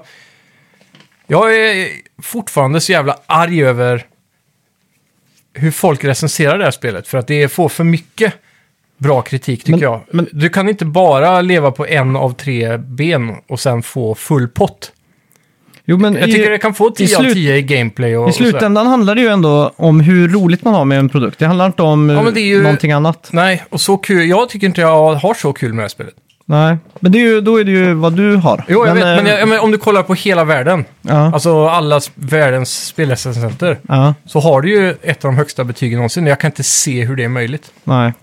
jag är fortfarande så jävla arg över hur folk recenserar det här spelet. För att det får för mycket bra kritik tycker Men- jag. men- Du kan inte bara leva på en av tre ben och sen få full pott. Jo, men Jag i, tycker det kan få tio slut- av tio i gameplay och, i och sådär. slutändan handlar det ju ändå om hur roligt man har med en produkt. Det handlar inte om Ja, ja, men det är ju- någonting annat. Nej, och så kul. Jag tycker inte jag har så kul med det här spelet. Nej, men det är ju, då är det ju vad du har. Jo, jag men, vet, men, eh, jag, men om du kollar på hela världen, Ja, alltså alla s- världens spelrecensenter, ja, så har du ju ett av de högsta betygen någonsin. Jag kan inte se hur det är möjligt. nej.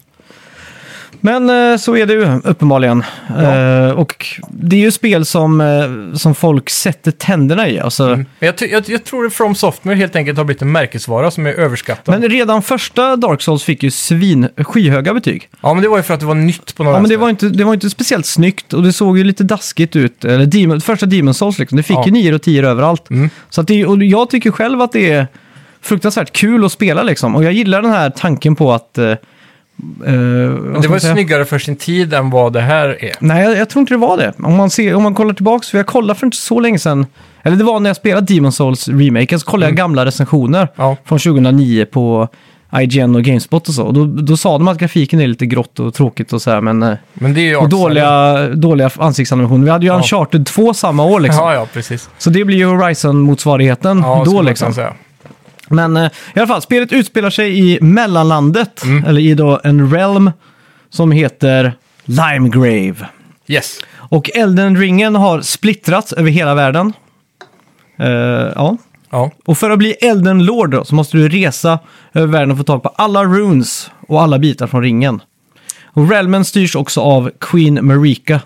Men eh, så är det ju uppenbarligen. Ja. Eh, och det är ju spel som, eh, som folk sätter tänderna i. Alltså, Men jag, ty- jag, jag tror att From Software helt enkelt har blivit en märkesvara som är överskattad. Men redan första Dark Souls fick ju svin, skyhöga betyg. Ja, men det var ju för att det var nytt på något Ja, men det vänster. var, inte, det var inte speciellt snyggt och det såg ju lite daskigt ut. Eller Demon, första Demon Souls liksom, det fick Ja. ju nio och tio överallt. Mm. Så att det, och jag tycker själv att det är fruktansvärt kul att spela liksom. Och jag gillar den här tanken på att... Eh, Men det var ju snyggare för sin tid än vad det här är. Nej, jag, jag tror inte det var det. Om man, ser, om man kollar tillbaka, för jag kollade för inte så länge sedan, eller det var när jag spelade Demon Souls Remake, så kollade jag gamla recensioner Ja. från tjugohundranio på I G N och GameSpot och så. Och då, då sa de att grafiken är lite grått och tråkigt och så här, men... eh, Men det är ju Och också- dåliga, dåliga ansiktsanimationer. Vi hade ju Ja. Uncharted två samma år liksom. Ja, ja, precis. Så det blir ju Horizon-motsvarigheten Ja, då skulle man liksom. kunna säga. Men eh, i alla fall, spelet utspelar sig i mellanlandet, Mm. eller i då en realm som heter Limegrave. Yes. Och Elden-ringen har splittrats över hela världen. Eh, ja. Ja. Och för att bli Elden Lord då, så måste du resa över världen och få tag på alla runes och alla bitar från ringen. Och realmen styrs också av Queen Marika.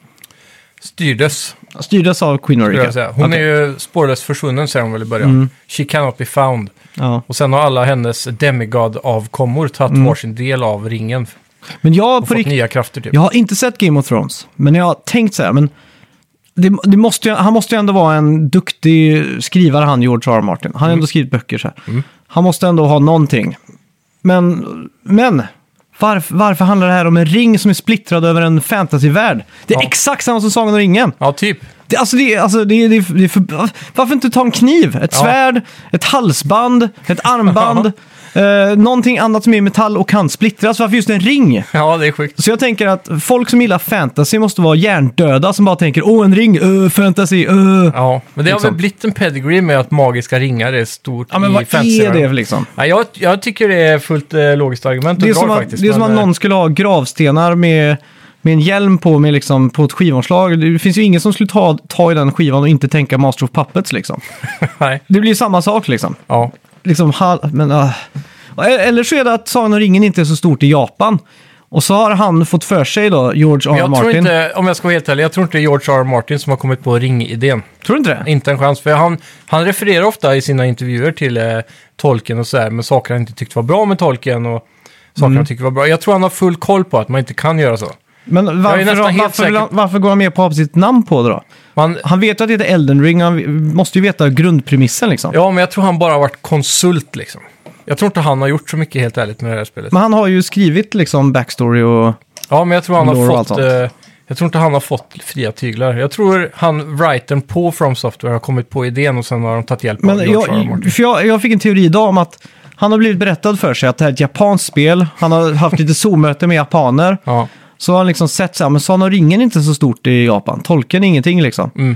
Styrdes, Styrdes av Queen skulle Marika. jag säga. Hon Okej. är ju spårlöst försvunnen, säger hon väl i början. Mm. She cannot be found. Ja. Och sen har alla hennes demigod-avkommor tagit Mm. varsin del av ringen Men jag, och på fått rikt- nya krafter typ. jag har inte sett Game of Thrones, men jag har tänkt så här, men det, det måste ju, han måste ju ändå vara en duktig skrivare, han George R. R. Martin. Han har ändå skrivit böcker så här. Mm. Han måste ändå ha någonting. Men, men varför, varför handlar det här om en ring som är splittrad över en fantasyvärld? Det är Ja. exakt samma som Sagan om ringen. Ja, typ. Det, alltså det, är- alltså det, är- det, är- det är för, varför inte ta en kniv, ett Ja. svärd, ett halsband, ett armband, eh, någonting annat som är metall och kan splittras. Varför just en ring? Ja, det är sjukt. Så jag tänker att folk som gillar fantasy måste vara hjärndöda som bara tänker åh en ring, uh, fantasy, uh. Ja, men det har Liksom. väl blivit en pedigree med att magiska ringar är stort Ja, men i vad är fantasyvärlden. det liksom? Ja, jag, jag tycker det är fullt eh, logiskt argument Det är, att dra som att, faktiskt. det är som men, att eh, någon skulle ha gravstenar med med en hjälm på, med liksom, på ett skivomslag. Det finns ju ingen som skulle ta, ta i den skivan och inte tänka Master of Puppets liksom. Nej. Det blir ju samma sak liksom. Ja. Liksom, men, uh. Eller så är det att Sagan om ringen inte är så stort i Japan. Och så har han fått för sig då, George R. R. Jag Martin. tror inte, om jag ska vara helt ärlig, jag tror inte det är George R. R. Martin som har kommit på ringidén. Tror du inte det? Inte en chans, för han, han refererar ofta i sina intervjuer till eh, Tolkien och sådär, men saker han inte tyckte var bra med Tolkien och saker Mm. han tyckte var bra. Jag tror han har full koll på att man inte kan göra så. Men Jag är varför, nästan då, helt varför, säker- han, varför går han med på att ha sitt namn på det då? Man, Han vet ju att det heter Elden Ring, han måste ju veta grundpremissen liksom. ja, men jag tror han bara har varit konsult liksom. Jag tror inte han har gjort så mycket helt ärligt med det här spelet. Men han har ju skrivit liksom backstory och... Ja, men jag tror han Lore och har allt fått... sånt. Eh, jag tror inte han har fått fria tyglar. Jag tror han, writern på From Software, har kommit på idén och sen har de tagit hjälp av Men George R. R. jag, Martin. för jag, jag fick en teori idag om att han har blivit berättad för sig att det här är ett japanskt spel. Han har haft lite Zoom-möte med japaner. Ja. Så har han liksom sett så här, men Sagan om ringen är inte så stort i Japan. Tolken är ingenting liksom. Mm.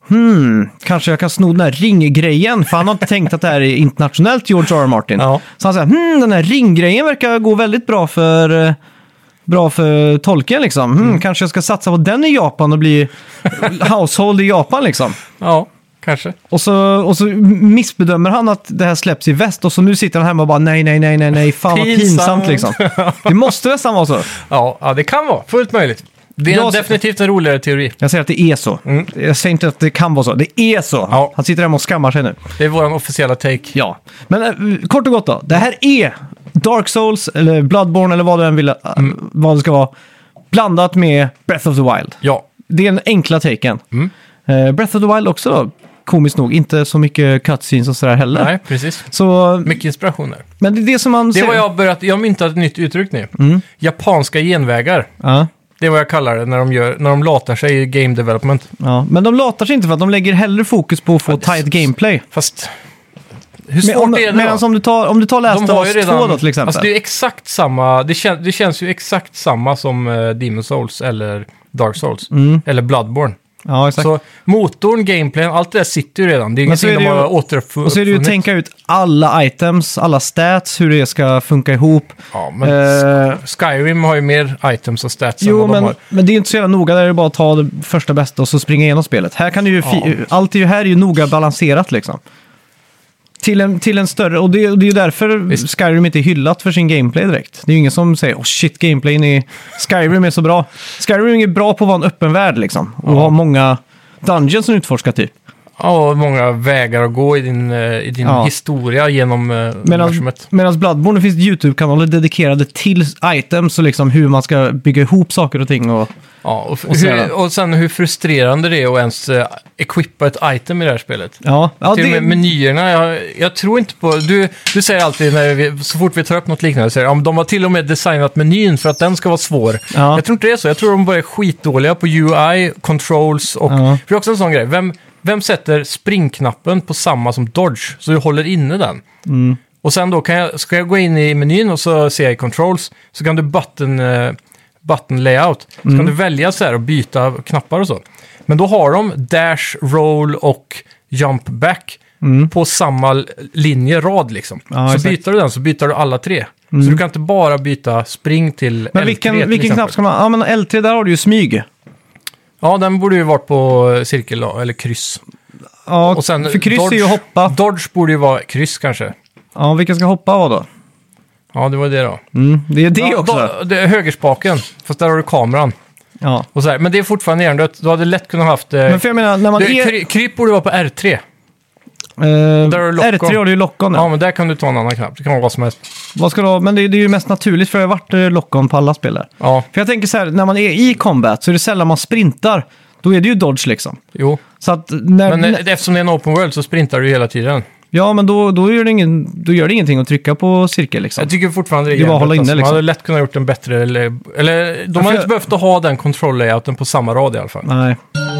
Hmm, kanske jag kan sno den här ringgrejen. För han har inte tänkt att det här är internationellt, George R. R. Martin. Ja. Så han säger, hmm, den här ringgrejen verkar gå väldigt bra för... eh, Bra för Tolkien liksom. Hmm, Mm. Kanske jag ska satsa på den i Japan och bli household i Japan liksom. Ja, kanske. Och så, och så missbedömer han att det här släpps i väst. Och så nu sitter han hemma och bara nej, nej, nej, nej, nej. Fan vad Pinsamt. pinsamt liksom. Det måste nästan vara så. Ja, ja, det kan vara. Fullt möjligt. Det är Jag- definitivt en roligare teori. Jag säger att det är så. Mm. Jag säger inte att det kan vara så. Det är så. Ja. Han sitter hemma och skammar sig nu. Det är vår officiella take. Ja. Men äh, kort och gott då. Det här är Dark Souls eller Bloodborne eller vad du än vill äh, Mm. vad det ska vara. Blandat med Breath of the Wild. Ja. Det är den enkla taken. Mm. Eh, Breath of the Wild också då. Komiskt nog. Inte så mycket cutscenes och sådär heller. Nej, precis. Så, Mycket inspiration där. men det är det som man Det säger. var jag börjat... Jag myntat ett nytt uttryck nu. Mm. Japanska genvägar. Ja. Det är vad jag kallar det när de, gör, när de latar sig i game development. Ja, men de latar sig inte för att de lägger hellre fokus på att få Ja, det är tight så- gameplay. Fast... Hur Men svårt om, är det medan då? om du tar, om du tar Last De of har ju Us redan... två då till exempel. Alltså det är exakt samma... Det, kän, det känns ju exakt samma som uh, Demon's Souls eller Dark Souls. Mm. Eller Bloodborne. Ja, exakt. Så motorn, gameplayen, allt det där sitter ju redan. Det är Men så ingenting är de det har ju- återuppfunnit. Och så är det ju att tänka ut alla items, alla stats, hur det ska funka ihop. Ja, men Eh, Skyrim har ju mer items och stats än Jo, vad de men, har. men det är inte så jävla noga. Där är det bara att ta det första bästa och så springa igenom spelet. Här kan du ju... Fi- Ja. Allt är ju här är ju noga balanserat liksom. Till en, till en större... Och det, och det är ju därför Visst. Skyrim inte är hyllat för sin gameplay direkt. Det är ju ingen som säger, oh shit, gameplayen i Skyrim är så bra. Skyrim är bra på att vara en öppen värld liksom. Och Ja. ha många dungeons att utforska typ. Ja, och många vägar att gå i din, eh, i din Ja. historia genom uh, universumet. Medan Bloodborne finns det YouTube-kanaler dedikerade till items och liksom hur man ska bygga ihop saker och ting. Och, Ja, och, f- och sådär. hur, och sen hur frustrerande det är att ens uh, equippa ett item i det här spelet. ja, ja, Till och det, med menyerna, jag, jag tror inte på... Du, du säger alltid, när vi, så fort vi tar upp något liknande, säger, ja, men de har till och med designat menyn för att den ska vara svår. Ja. Jag tror inte det är så. Jag tror de bara är skitdåliga på U I, controls och... Ja. För det är också en sån grej. Vem, vem sätter springknappen på samma som dodge, så du håller inne den? Mm. Och sen då kan jag, ska jag gå in i menyn och så ser jag i controls, så kan du button, uh, button layout. Så Mm. kan du välja så här och byta knappar och så. Men då har de dash, roll och jump back Mm. på samma l- linje, rad liksom. Ja, så exakt. byter du den så byter du alla tre. Så du kan inte bara byta spring till men L tre vilken, till vilken exempel. knapp ska man... Ja, men L tre, där har du ju smyg. Ja, den borde ju varit på cirkel då, eller kryss. Ja, Och sen för kryss dodge, är ju hoppa. Dodge borde ju vara kryss kanske. Ja, vilka ska hoppa av då? Ja, det var det då. Mm, det är det Ja, också. då, det är högerspaken, fast där har du kameran. Ja. Och så här. Men det är fortfarande hjärndött. Du hade lätt kunnat haft... Eh, Men för jag menar, när man du, är... kry, kryp borde vara på R tre. Eh, där har du lock-on. R tre har du ju lock-on. Ja, Ja. men där kan du ta en annan knapp. Det kan vara vad som helst. Vad ska du ha? Men det, det är ju mest naturligt för jag har varit eh, lock-on på alla spelare. Ja, För jag tänker så här, när man är i combat så är det sällan man sprintar. Då är det ju dodge liksom. jo. Så att när... Men när eh, eftersom det är en open world så sprintar du hela tiden. ja, men då, då, gör det ingen, då gör det ingenting att trycka på cirkel liksom. Jag tycker fortfarande det är Det är bara att hålla hjärndött, inne, alltså. liksom. Man hade lätt kunnat gjort en bättre... Eller, eller de för hade jag- inte behövt att ha den kontroll-layouten på samma rad i alla fall. Nej.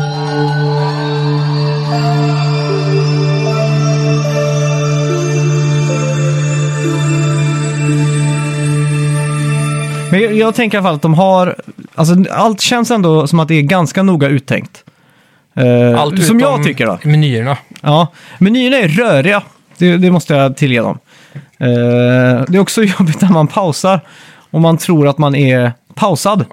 Men jag, jag tänker i alla fall att de har... Alltså, allt känns ändå som att det är ganska noga uttänkt. Eh, Allt som utom jag tycker då. menyerna. Ja, menyerna är röriga. Det, det måste jag tillge dem. Eh, det är också jobbigt när man pausar och man tror att man är pausad. Ja,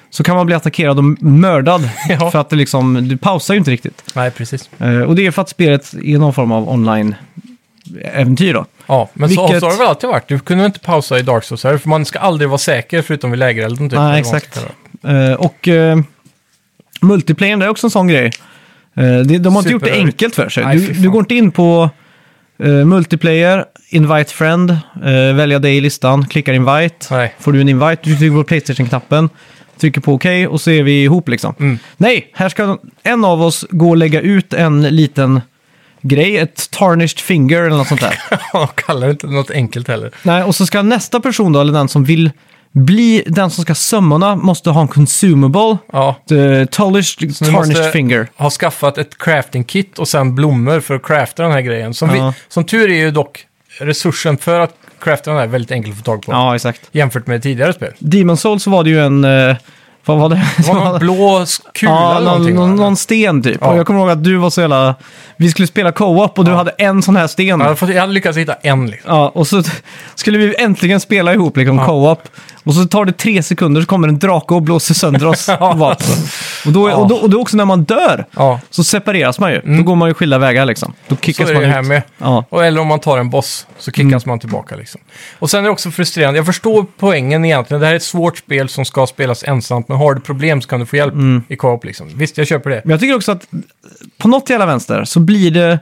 så kan man bli attackerad och mördad. Ja. För att det liksom, du pausar ju inte riktigt. Nej, precis. Eh, och det är för att spelet är någon form av online-äventyr då. Ja, men Vilket... så, så har det väl alltid varit. Du kunde inte pausa i Dark Souls här, för man ska aldrig vara säker förutom vid lägerelden. Typ, Nej, exakt. Eh, och uh, multiplayer, det är också en sån grej. Uh, det, de har inte gjort det enkelt för sig. Nej, du, du går inte in på uh, multiplayer, invite friend, uh, välja dig i listan, klickar invite. Nej. Får du en invite, du trycker på PlayStation-knappen, trycker på OK och så är vi ihop liksom. Mm. Nej, här ska en av oss gå och lägga ut en liten grej, ett tarnished finger eller något sånt där. Jag kallar det inte något enkelt heller. Nej, och så ska nästa person då, eller den som vill bli den som ska summona, måste ha en consumable. Ja. The tarnished, Så ni tarnished måste finger. ha skaffat ett crafting kit och sen blommor för att crafta den här grejen. Som, Ja. vi, som tur är ju dock resursen för att crafta den här väldigt enkel att få tag på. Ja, exakt. Jämfört med tidigare spel. Demon's Souls så var det ju en... eh, vad var det? Det var någon blå kula Ja, eller någon, någonting. någon, va? någon sten typ. Ja. Och jag kommer ihåg att du var så jävla... Vi skulle spela co-op och du Ja. hade en sån här sten. Jag hade, fått, jag hade lyckats hitta en liksom. Ja, och så skulle vi äntligen spela ihop liksom, Ja. co-op. Och så tar det tre sekunder så kommer en drake och blåser sönder oss Ja. vapen. Och då, är- och, då, och då också när man dör Ja, så separeras man ju. Då går man ju skilda vägar liksom. Då så kickas är man det ut. här med. Ja. Och, eller om man tar en boss så kickas man tillbaka liksom. Och sen är det också frustrerande. Jag förstår poängen egentligen. Det här är ett svårt spel som ska spelas ensamt. Men har du problem så kan du få hjälp i co-op liksom. Visst, jag köper det. Men jag tycker också att på något jävla vänster så blir det...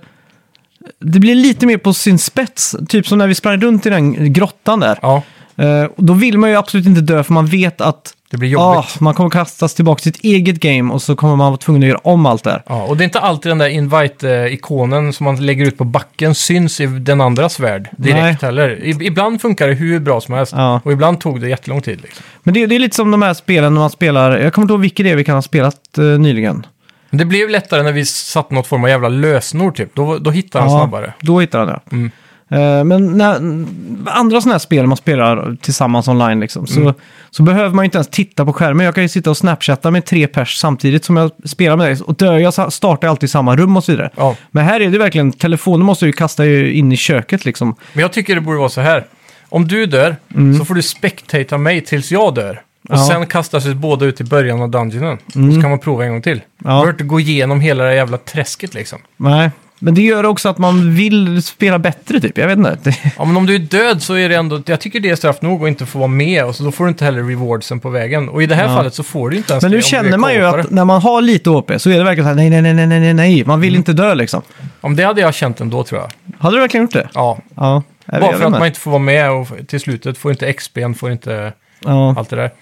Det blir lite mer på sin spets. Typ som när vi sprang runt i den grottan där. Ja, Eh, och då vill man ju absolut inte dö för man vet att det blir jobbigt. ah, man kommer kastas tillbaka till sitt eget game och så kommer man vara tvungen att göra om allt där. Ja, och det är inte alltid den där invite-ikonen som man lägger ut på backen syns i den andras värld direkt Nej. heller. I, ibland funkar det hur bra som helst. Ja. Och ibland tog det jättelång tid. Liksom. Men det, det är lite som de här spelen när man spelar, jag kommer inte ihåg vilket det är vi kan ha spelat eh, nyligen. Men det blev lättare när vi satt något form av jävla lösenord typ. Då, då hittar han snabbare. Då hittar han det. Mm. Eh, men när, andra sådana här spel man spelar tillsammans online liksom, så, Mm. så behöver man ju inte ens titta på skärmen. Jag kan ju sitta och snapchatta med tre pers samtidigt som jag spelar med dig. Och dör jag sa- startar alltid i samma rum och så vidare. Ja. Men här är det verkligen, telefonen måste ju kasta ju in i köket liksom. Men jag tycker det borde vara så här. Om du dör så får du spectata mig tills jag dör. Och Ja. sen kastar sig båda ut i början av dungeonen. Och så kan man prova en gång till. Ja. Du behöver inte gå igenom hela det jävla träsket liksom. Nej, men det gör också att man vill spela bättre typ. Jag vet inte. Det, Ja, men om du är död så är det ändå... Jag tycker det är straff nog att inte få vara med. Och så då får du inte heller rewardsen på vägen. Och i det här Ja. fallet så får du inte ens men det nu om känner du är man ju co-opare. att när man har lite O P så är det verkligen så här, nej, nej, nej, nej, nej, nej, man vill inte dö liksom. Om det hade jag känt ändå tror jag. Hade du verkligen gjort det? Ja. Ja. Jag Bara vet för att inte. man inte får vara med och till slutet får inte X P, får inte Ja. allt det där.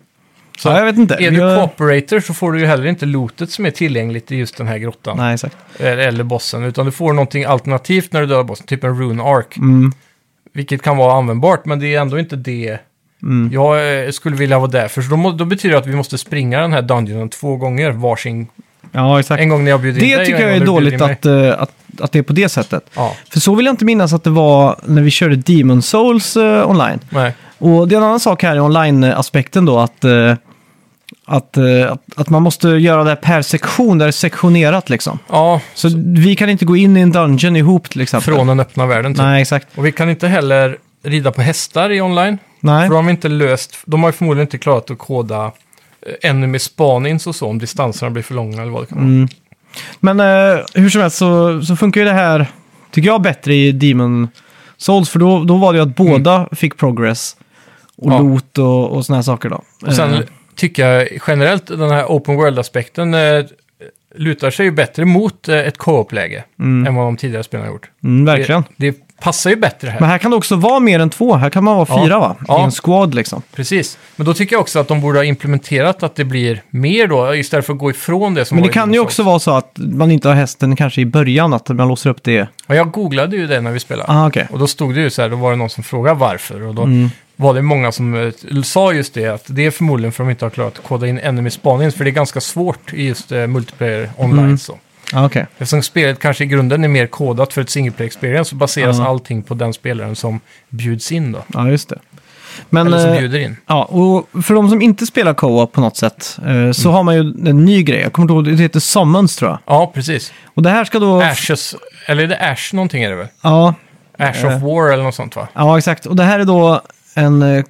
Så Ja, jag vet inte. är du Jag- cooperator så får du ju heller inte lootet som är tillgängligt i just den här grottan. Nej, exakt. Eller, eller bossen, utan du får någonting alternativt när du dör bossen, typ en rune arc. Mm. Vilket kan vara användbart, men det är ändå inte det Mm. jag eh, skulle vilja vara där. För så då, må, då betyder det att vi måste springa den här dungeonen två gånger, varsin. Ja, exakt. En gång när jag bjuder in Det dig tycker och en jag är gång när du bjuder dåligt in mig. att, eh, att, att det är på det sättet. Ja, För så vill jag inte minnas att det var när vi körde Demon's Souls eh, online. nej. Och det är en annan sak här i online-aspekten då, att, eh, att, eh, att, att man måste göra det här per sektion, där det är sektionerat liksom. Ja, Så vi kan inte gå in i en dungeon ihop till exempel. från den öppna världen typ. Nej, exakt. Och vi kan inte heller rida på hästar i online. Nej. För de har inte löst, de har ju förmodligen inte klarat att koda eh, enemy spanings och så, om distanserna blir för långa eller vad det kan vara. Mm. Men eh, hur som helst så, så funkar ju det här, tycker jag, bättre i Demon Souls. För då, då var det ju att båda fick progress och Ja. loot och, och såna här saker då. Och sen Eh, tycker jag generellt den här open world-aspekten eh, lutar sig ju bättre mot eh, ett co-op-läge än vad de tidigare spelarna har gjort. mm, verkligen. Det, det passar ju bättre här. Men här kan det också vara mer än två. Här kan man vara Ja. fyra va? Ja. I en squad liksom. Precis. Men då tycker jag också att de borde ha implementerat att det blir mer då, istället för att gå ifrån det som Men var det i kan Demon's ju Souls. också vara så att man inte har hästen kanske i början, att man låser upp det. Och jag googlade ju det när vi spelade. Ah, okej. Och då stod det ju så här, då var det någon som frågade varför. Och då Mm. var det många som eh, sa just det, att det är förmodligen för att de inte har klarat att koda in enemy spanings, för det är ganska svårt i just eh, multiplayer online. Mm. Så. Ah, okej. Eftersom spelet kanske i grunden är mer kodat för ett single player experience så baseras Ja. allting på den spelaren som bjuds in då. Ja, just det. Men, Eller som eh, bjuder in. ja, och för de som inte spelar co-op på något sätt eh, så har man ju en ny grej. Jag kommer inte ihåg, det heter Summons tror jag. Ja, precis. Och det här ska då... Ashes, eller är det Ash någonting är det väl? Ja, Ash Eh. of War eller något sånt va? ja, exakt. Och det här är då en eh,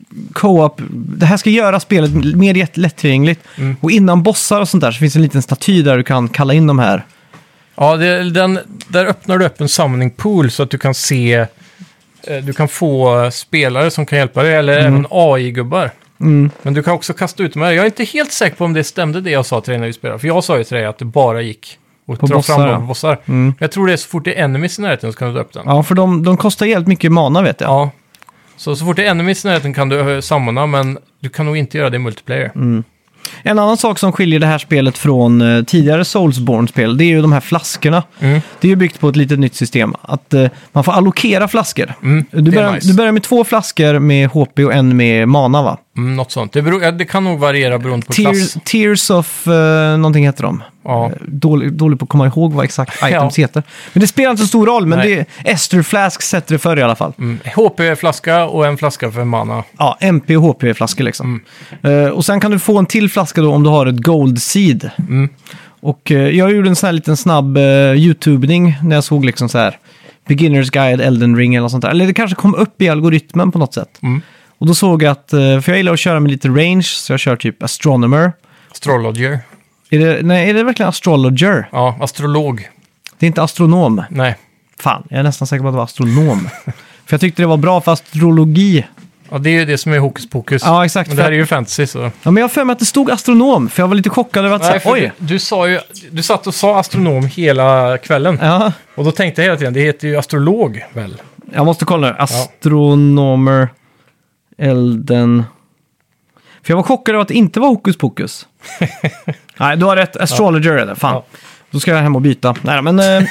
co-op, det här ska göra spelet mer jätt- lättillgängligt. Mm. Och innan bossar och sånt där så finns en liten staty där du kan kalla in de här. Ja, det, den, där öppnar du upp en summoning pool så att du kan se, eh, du kan få spelare som kan hjälpa dig, eller mm. även A I-gubbar. Mm. Men du kan också kasta ut dem här. Jag är inte helt säker på om det stämde det jag sa till dig när vi spelade. För jag sa ju till dig att det bara gick och dra fram dem på bossar. Mm. Jag tror det är så fort det är enemies i närheten så kan du ta upp den. Ja, för de, de kostar jävligt mycket mana, vet jag. Ja, så så fort det är enemies i närheten kan du samla, men du kan nog inte göra det i multiplayer. Mm. En annan sak som skiljer det här spelet från uh, tidigare Soulsborne-spel, det är ju de här flaskorna. Mm. Det är ju byggt på ett litet nytt system. Att uh, man får allokera flaskor. Mm, du, börjar, nice. du börjar med två flaskor med H P och en med mana, va? Mm, något sånt. Det, beror, det kan nog variera beroende på Tears, klass. Tears of uh, någonting heter de. Ja. Dålig, dålig på att komma ihåg vad exakt items ja. heter. Men det spelar inte så stor roll, men det, Ester Flask sätter det för i alla fall. Mm. H P-flaska och en flaska för mana. Ja, M P och H P-flaskor liksom. Mm. Uh, och sen kan du få en till flaska då om du har ett Gold Seed. Mm. Och uh, jag gjorde en sån här liten snabb uh, YouTubning när jag såg liksom så här Beginner's Guide, Elden Ring eller något sånt där. Eller det kanske kom upp i algoritmen på något sätt. Mm. Och då såg jag att, uh, för jag gillar att köra med lite range, så jag kör typ Astronomer. Astrologer. Är det, nej, är det verkligen astrologer? Ja, astrolog. Det är inte astronom. Nej. Fan, jag är nästan säker på att det var astronom. För jag tyckte det var bra för astrologi. Ja, det är ju det som är hokus pokus. Ja, exakt. Men det här är ju fantasy, så... Ja, men jag har för mig att det stod astronom, för jag var lite chockad över att Nej, säga, oj. Du, du sa ju, du satt och sa astronom hela kvällen. Ja. Och då tänkte jag hela tiden, det heter ju astrolog, väl? Jag måste kolla nu. Astronomer, Elden... För jag var chockad över att det inte var hokus pokus. Nej, du har rätt. Astrologer är det. Fan. Ja. Då ska jag hem och byta. Nej, men eh,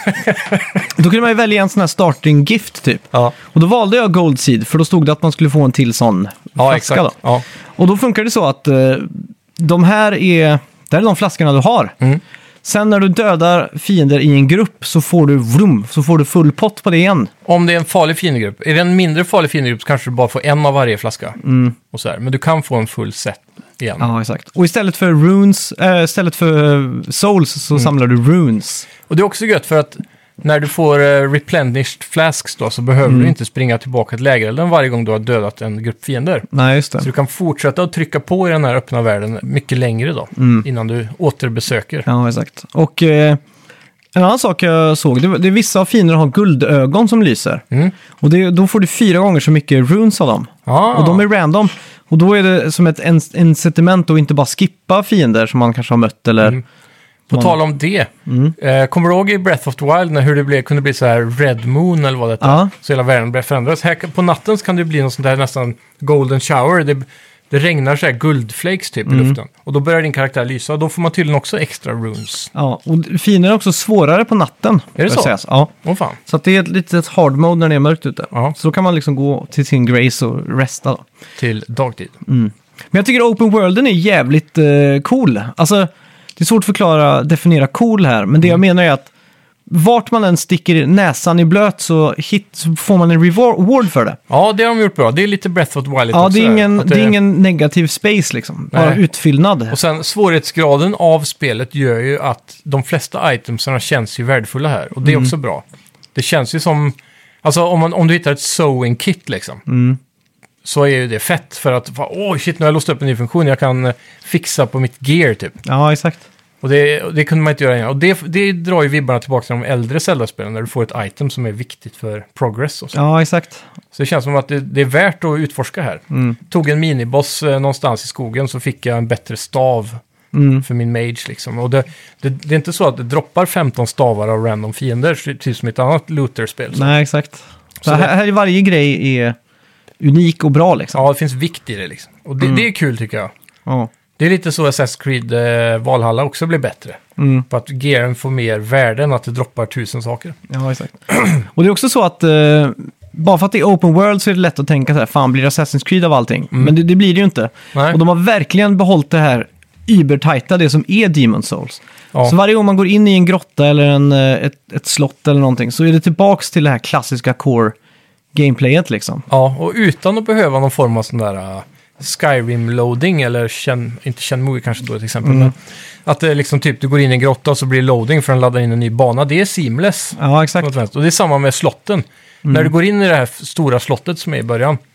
då kunde man ju välja en sån här starting gift typ. Ja. Och då valde jag Gold Seed, för då stod det att man skulle få en till sån ja, flaska. Exakt. Då. Ja. Och då funkar det så att eh, de här är, det här är de flaskorna du har. Mm. Sen när du dödar fiender i en grupp så får du vrum, så får du full pott på det igen. Om det är en farlig fiendegrupp. Är det en mindre farlig fiendegrupp så kanske du bara får en av varje flaska. Mm. Och så här. Men du kan få en full set igen. Ja, exakt. Och istället för runes, äh, istället för souls så mm. samlar du runes. Och det är också gött för att när du får uh, replenished flasks då, så behöver mm. du inte springa tillbaka till lägerelden varje gång du har dödat en grupp fiender. Nej, just det. Så du kan fortsätta att trycka på i den här öppna världen mycket längre då, mm. innan du återbesöker. Ja, exakt. Och eh, en annan sak jag såg, det, det är vissa av fienderna har guldögon som lyser. Mm. Och det, då får du fyra gånger så mycket runes av dem. Ah. Och de är random. Och då är det som ett incitament att inte bara skippa fiender som man kanske har mött eller... Mm. På man... tal om det, mm. eh, kommer du ihåg i Breath of the Wild när hur det blev, kunde bli så här Red Moon eller vad det är? Ah. Så hela världen blev förändras. Här på natten så kan det bli något sånt där nästan golden shower. Det, det regnar så här guldflakes typ mm. i luften. Och då börjar din karaktär lysa. Och då får man tydligen också extra runes. Ja, och fiender är också svårare på natten. Är det så? Sägas. Ja. Oh, fan. Så att det är ett litet hard mode när det är mörkt ute. Ja. Så då kan man liksom gå till sin grace och resta då. Till dagtid. Mm. Men jag tycker open worlden är jävligt uh, cool. Alltså, det är svårt att förklara, definiera cool här. Men det mm. jag menar är att vart man än sticker näsan i blöt så, hit, så får man en reward för det. Ja, det har de gjort bra. Det är lite Breath of the Wild ja, också. Ja, det är ingen, det... det är ingen negativ space liksom. Bara Nej. utfyllnad. Och sen svårighetsgraden av spelet gör ju att de flesta itemsarna känns ju värdefulla här. Och det är mm. också bra. Det känns ju som... Alltså om, man, om du hittar ett sewing kit liksom. Mm. Så är ju det fett för att... Åh, oh, shit, nu har jag låst upp en ny funktion. Jag kan fixa på mitt gear typ. Ja, exakt. Och det, det kunde man inte göra innan. Och det, det drar ju vibbarna tillbaka till de äldre Zelda-spelen när du får ett item som är viktigt för progress och så. Ja, exakt. Så det känns som att det, det är värt att utforska här. Mm. Tog en miniboss eh, någonstans i skogen så fick jag en bättre stav mm. för min mage liksom. Och det, det, det är inte så att det droppar femton stavar av random fiender, typ som ett annat looter-spel. Så. Nej, exakt. Så, så här, här är varje grej är unik och bra liksom. Ja, det finns vikt i det liksom. Och det, mm. det är kul tycker jag. Ja. Det är lite så Assassin's Creed eh, Valhalla också blir bättre. Mm. På att gearen får mer värde än att det droppar tusen saker. Ja, exakt. Och det är också så att eh, bara för att det är open world så är det lätt att tänka så här, fan blir det Assassin's Creed av allting? Mm. Men det, det blir det ju inte. Nej. Och de har verkligen behållit det här übertajta, det som är Demon's Souls. Ja. Så varje gång man går in i en grotta eller en, ett, ett slott eller någonting så är det tillbaks till det här klassiska core gameplayet liksom. Ja, och utan att behöva någon form av sån där... Uh... Skyrim-loading, eller Shen, inte Shenmue kanske då till exempel. Mm. Men att det är liksom typ, du går in i en grotta och så blir det loading för att ladda in en ny bana. Det är seamless. Ja, exakt. Och det är samma med slotten. Mm. När du går in i det här stora slottet som är i början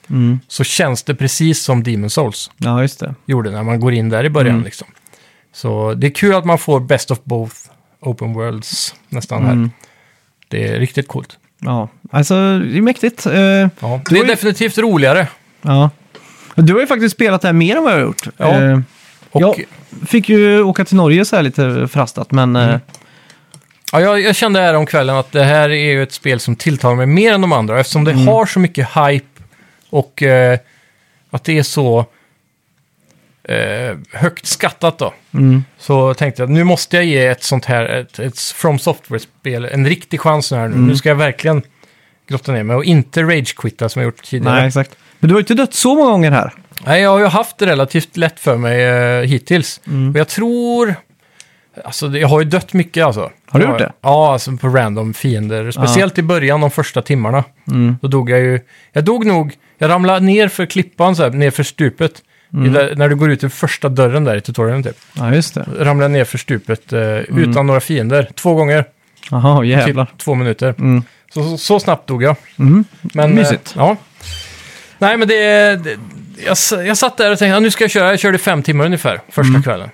Mm. så känns det precis som Demon's Souls Ja, just det. gjorde när man går in där i början. Mm. Liksom. Så det är kul att man får Best of Both Open Worlds nästan här. Mm. Det är riktigt coolt. Ja, alltså det är mäktigt. Uh, Ja, det är ju... definitivt roligare. Ja. Du har ju faktiskt spelat det här mer än vad jag har gjort. Ja. Uh, Och, jag fick ju åka till Norge så här lite frastat, men... Mm. Uh, ja, jag, jag kände här om kvällen att det här är ju ett spel som tilltalar mig mer än de andra. Eftersom det Mm. har så mycket hype och eh, att det är så eh, högt skattat då. mm. Så tänkte jag att nu måste jag ge ett sånt här, ett, ett From Software-spel en riktig chans här nu. Mm. Nu ska jag verkligen grotta ner mig och inte rage-quitta som jag gjort tidigare. Nej, exakt. Men du har ju inte dött så många gånger här. Nej, jag har ju haft det relativt lätt för mig eh, hittills. Mm. Och jag tror... Alltså, det- jag har ju dött mycket alltså. Har du Jag gjort det? Ja, alltså på random fiender. Speciellt i början, de första timmarna. Mm. Då dog jag ju... Jag dog nog... Jag ramlade ner för klippan, så här, ner för stupet. I där, när du går ut ur första dörren där i tutorialen typ. Ja, just det. Ramlade ner för stupet eh, utan några fiender. Två gånger, Jaha, jävlar. typ två minuter. Mm. Så, så, så snabbt dog jag. Mm. Men, Mysigt. eh, ja. Nej, men det... det jag, s- jag satt där och tänkte, ja, nu ska jag köra. Jag körde fem timmar ungefär, första Mm. kvällen.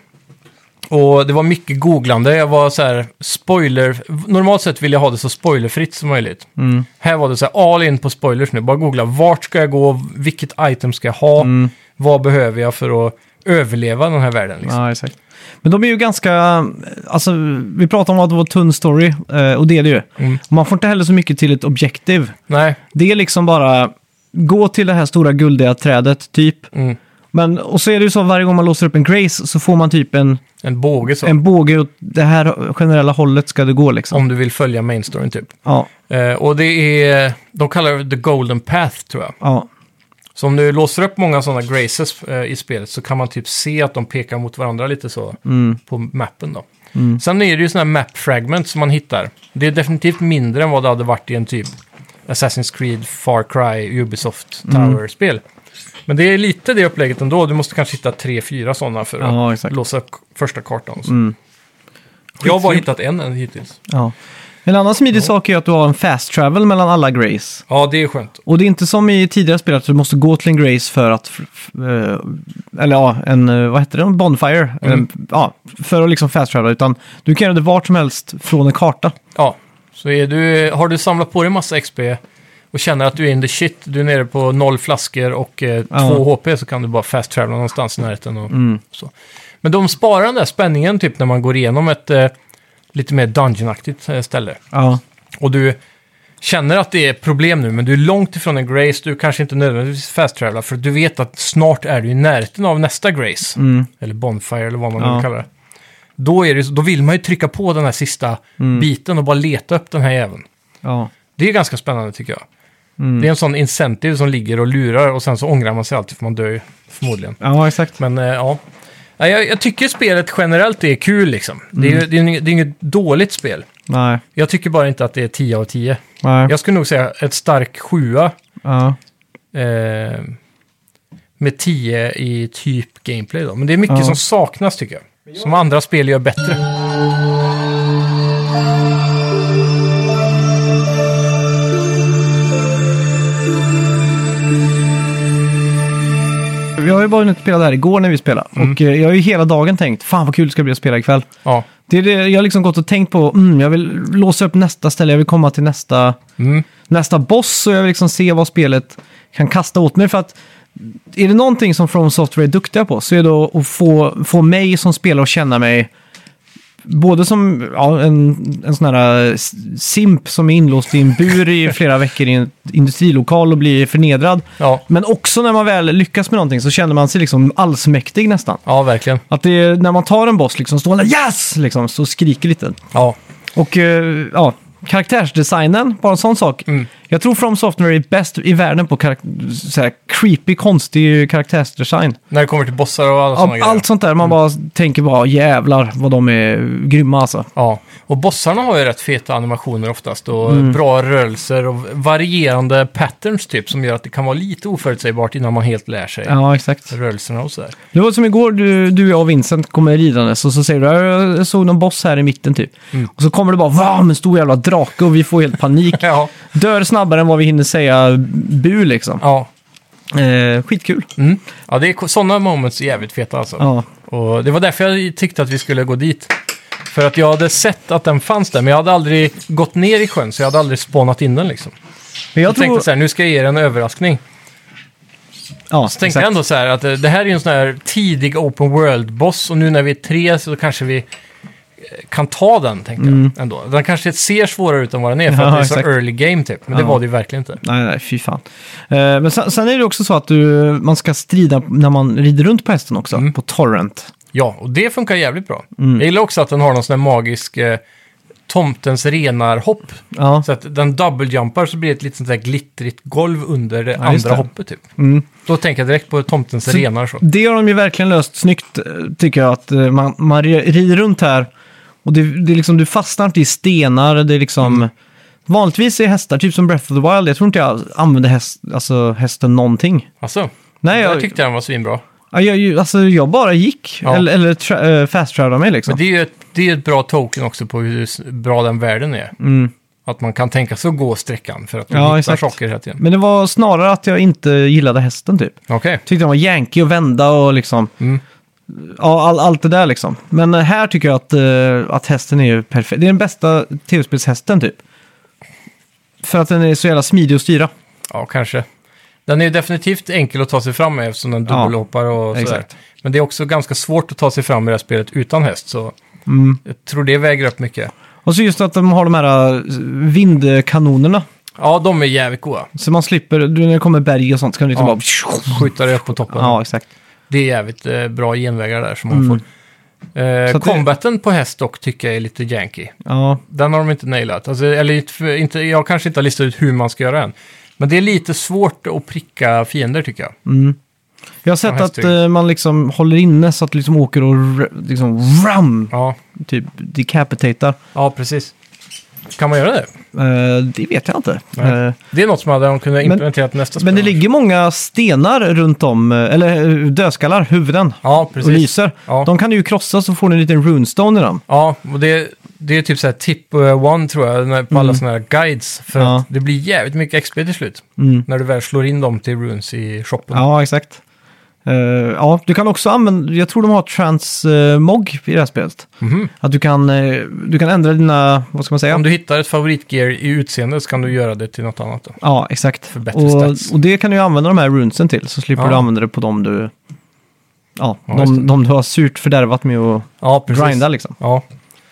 Och det var mycket googlande. Jag var så här, spoiler... Normalt sett vill jag ha det så spoilerfritt som möjligt. Mm. Här var det så här, all in på spoilers nu. Bara googla, vart ska jag gå? Vilket item ska jag ha? Mm. Vad behöver jag för att överleva den här världen? Liksom. Ja, exakt. Men de är ju ganska, alltså vi pratar om att det var tunn story, eh, och det är det ju. Mm. Man får inte heller så mycket till ett objektiv. Nej. Det är liksom bara gå till det här stora guldiga trädet, typ. Mm. Men, och så är det ju så varje gång man låser upp en Grace så får man typ en, En båge så. en båge åt det här generella hållet ska det gå liksom. Om du vill följa main storyn typ. Ja, Eh, och det är, de kallar det the golden path tror jag. ja. Så om du låser upp många sådana graces eh, i spelet så kan man typ se att de pekar mot varandra lite så Mm. på mappen då. Mm. Sen är det ju sådana här map fragments som man hittar. Det är definitivt mindre än vad det hade varit i en typ Assassin's Creed, Far Cry, Ubisoft Mm. Tower-spel. Men det är lite det upplägget ändå. Du måste kanske hitta tre, fyra sådana för Ja, att exakt. låsa upp första kartan. Och så. Mm. Jag har bara Skitfint. hittat en än hittills. Ja. En annan smidig sak är att du har en fast travel mellan alla Grace. Ja, det är skönt. Och det är inte som i tidigare spel att du måste gå till en Grace för att, f- f- eh, eller ja, en, eh, vad heter det, en bonfire. Mm. Eh, ja, för att liksom fast travela, utan du kan göra det vart som helst från en karta. Ja, så är du, har du samlat på dig massa X P och känner att du är in the shit, du är nere på noll flaskor och eh, Ja. två H P så kan du bara fast travela någonstans i närheten och Mm. så. Men de sparar den där spänningen typ när man går igenom ett eh, lite mer dungeon-aktigt eh, ställe. Ja, Och du känner att det är problem nu, men du är långt ifrån en Grace, du kanske inte nödvändigtvis fast travelar för du vet att snart är du i närheten av nästa Grace. mm. Eller bonfire eller vad man Ja. vill kalla det. Då, är det, då vill man ju trycka på den här sista Mm. biten och bara leta upp den här jäveln. ja. Det är ganska spännande tycker jag. Mm. Det är en sån incentive som ligger och lurar och sen så ångrar man sig alltid för man dör ju förmodligen. Ja, exakt. Men eh, ja, Nej, jag, jag tycker spelet generellt är kul liksom. Det är, ju- det är, inget- det är inget dåligt spel. Nej, Jag tycker bara inte att det är tio av tio. nej. Jag skulle nog säga ett stark sjua Ja. eh, med tio i typ gameplay då. Men det är mycket Ja. som saknas tycker jag. Som andra spel gör bättre. Vi har ju bara hunnit spela det här igår när vi spelade. Mm. Och eh, jag har ju hela dagen tänkt, fan vad kul det ska bli att spela ikväll. Ja. Det är det, jag har liksom gått och tänkt på, mm, jag vill låsa upp nästa ställe, jag vill komma till nästa, Mm. nästa boss och jag vill liksom se vad spelet kan kasta åt mig. För att är det någonting som From Software är duktiga på så är det att få, få mig som spelare att känna mig både som ja, en, en sån här simp som är inlåst i en bur i flera veckor i en industrilokal och blir förnedrad. Ja. Men också när man väl lyckas med någonting så känner man sig liksom allsmäktig nästan. ja, verkligen. Att det är, när man tar en boss liksom, står man där, yes! Liksom, så skriker lite. Ja. Och eh, ja, karaktärsdesignen, bara en sån sak. Mm. Jag tror From Software är bäst i världen på karak- så här, creepy, konstig karaktärsdesign. När det kommer till bossar och alla sådana Allt, grejer. allt sånt där, man bara tänker bara jävlar vad de är grymma alltså. Ja, och bossarna har ju rätt feta animationer oftast och Mm. bra rörelser och varierande patterns typ som gör att det kan vara lite oförutsägbart innan man helt lär sig Ja, exakt. rörelserna och sådär. Det var som igår, du, du jag och Vincent kommer ridandes och så säger du, jag såg någon boss här i mitten typ. Mm. Och så kommer det bara, wow, en stor jävla drake och vi får helt panik. Ja, Dör snabbare än vad vi hinner säga bu liksom. ja. Eh, skitkul. Mm. Ja, det är sådana moments jävligt feta alltså. Ja. Och det var därför jag tyckte att vi skulle gå dit. För att jag hade sett att den fanns där, men jag hade aldrig gått ner i sjön, så jag hade aldrig spanat in den liksom. Men jag jag tror... tänkte så här, nu ska jag ge er en överraskning. Ja, Så tänkte exakt. jag ändå så här att det här är ju en sån här tidig open world-boss, och nu när vi är tre så kanske vi kan ta den, tänkte Mm. jag ändå. Den kanske ser svårare ut än vad den är, för Ja, att det är exakt. så early game typ. Men det Ja. var det ju verkligen inte. Nej, nej, fy fan. Eh, men sen, sen är det också så att du, man ska strida när man rider runt på hästen också, Mm. på torrent. Ja, och det funkar jävligt bra. Mm. Jag gillar också att den har någon sån här magisk eh, tomtens renar-hopp. Ja, Så att den double-jumpar, så blir det ett litet sånt där glittrigt golv under det Ja, just andra det. hoppet typ. mm. Då tänker jag direkt på tomtens Så- renar. Så. Det har de ju verkligen löst snyggt, eh, tycker jag. Att eh, man, man ri- rider runt här och det, det är liksom, du fastnar inte i stenar. Det är liksom... Mm. Vanligtvis är hästar, typ som Breath of the Wild, jag tror inte jag använder häst, alltså, hästen någonting. Alltså, Nej, jag jag, tyckte den var svinbra. ja, jag, ju- alltså, jag bara gick, Ja. eller, eller tra- eh, fast-travelade mig liksom. Men det är ju ett, det är ett bra token också på hur s- bra den världen är. Mm. Att man kan tänka sig att gå sträckan för att man Ja, hittar exakt. saker hela tiden. Men det var snarare att jag inte gillade hästen typ. Okej. Tyckte den var yankee och vända och liksom, Mm. ja, all, allt det där liksom. Men eh, här tycker jag att, eh, att hästen är ju perfekt. Det är den bästa tv-spelshästen typ. För att den är så jävla smidig att styra. Ja, kanske. Den är ju definitivt enkel att ta sig fram med eftersom den Ja, dubbelhoppar och sådär. exakt. Men det är också ganska svårt att ta sig fram i det här spelet utan häst. Så Mm. jag tror det väger upp mycket. Och så just att de har de här eh, vindkanonerna. Ja, de är jävligt goda. Så man slipper, du, när det kommer berg och sånt så kan du liksom Ja. bara... Skjuta det upp på toppen. Ja, exakt. Det är jävligt eh, bra genvägar där som man Mm. får. Eh, Så att det- combaten på häst dock tycker jag är lite janky. Ja, Den har de inte nailat. Alltså, eller inte, inte, jag kanske inte har listat ut hur man ska göra än. Men det är lite svårt att pricka fiender tycker jag. mm. Jag har sett Ja, att hästrygg. eh, man liksom håller inne så att det liksom åker och r- liksom ram, Ja, typ decapitatar. ja precis. Kan man göra det? Eh, det vet jag inte. Nej. Eh, Det är något som hade de kunnat Men- implementera till nästa spel. men det ligger många stenar runt om, eh, eller eh, dödskallar, huvuden, Ja, och precis. lyser. Ja. De kan du ju krossa så får du en liten runestone i dem. Ja, och det, det är typ så här tip eh, one tror jag, när- på alla Mm. sådana här guides. För Ja. att det blir jävligt mycket X P till slut. Mm. När du väl slår in dem till runes i shoppen. Ja, exakt. Eh, ja, du kan också använda, jag tror de har transmog i det här spelet. Mhm. Att du kan, eh, du kan ändra dina, vad ska man säga? Om du hittar ett favoritgear i utseende så kan du göra det till något annat då. Ja, exakt. För bättre Och, stats. och det kan du ju använda de här runesen till, så slipper Ja. du använda det på dem du, ja, Ja, just de, de du har surt fördärvat med att Ja, precis. grinda liksom. Ja,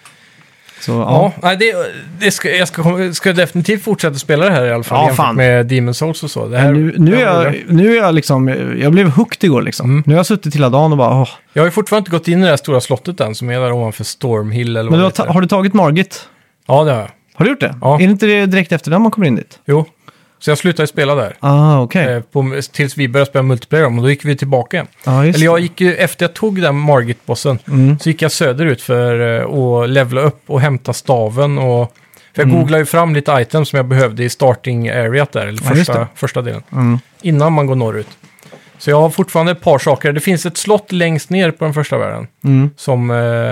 Så, ja. ja. Nej, det, det ska, jag ska, ska definitivt fortsätta spela det här i alla fall. Ja, jämfört fan. med Demon's Souls och så. Det här, Men nu, nu, det är här var bra. jag, nu är jag liksom, jag blev hooked igår liksom. Mm. Nu har jag suttit hela dagen och bara, åh. Jag har ju fortfarande inte gått in i det här stora slottet än som är där ovanför Stormhill eller Men vad du det har, ta, heter. har du tagit Margit? Ja, det har jag. Har du gjort det? Ja. Är det inte det direkt efter det man kommer in dit? Jo. Så jag slutade spela där. Ah, okej. Eh, på, tills vi började spela multiplayer om, och då gick vi tillbaka igen. Ja, just Eller jag det. gick ju, efter jag tog den Margit-bossen, Mm. så gick jag söderut för eh, att levla upp och hämta staven. Och, för jag Mm. googlade ju fram lite items som jag behövde i starting areat där, eller Ja, just första, det. första delen, Mm. innan man går norrut. Så jag har fortfarande ett par saker. Det finns ett slott längst ner på den första världen Mm. som, eh,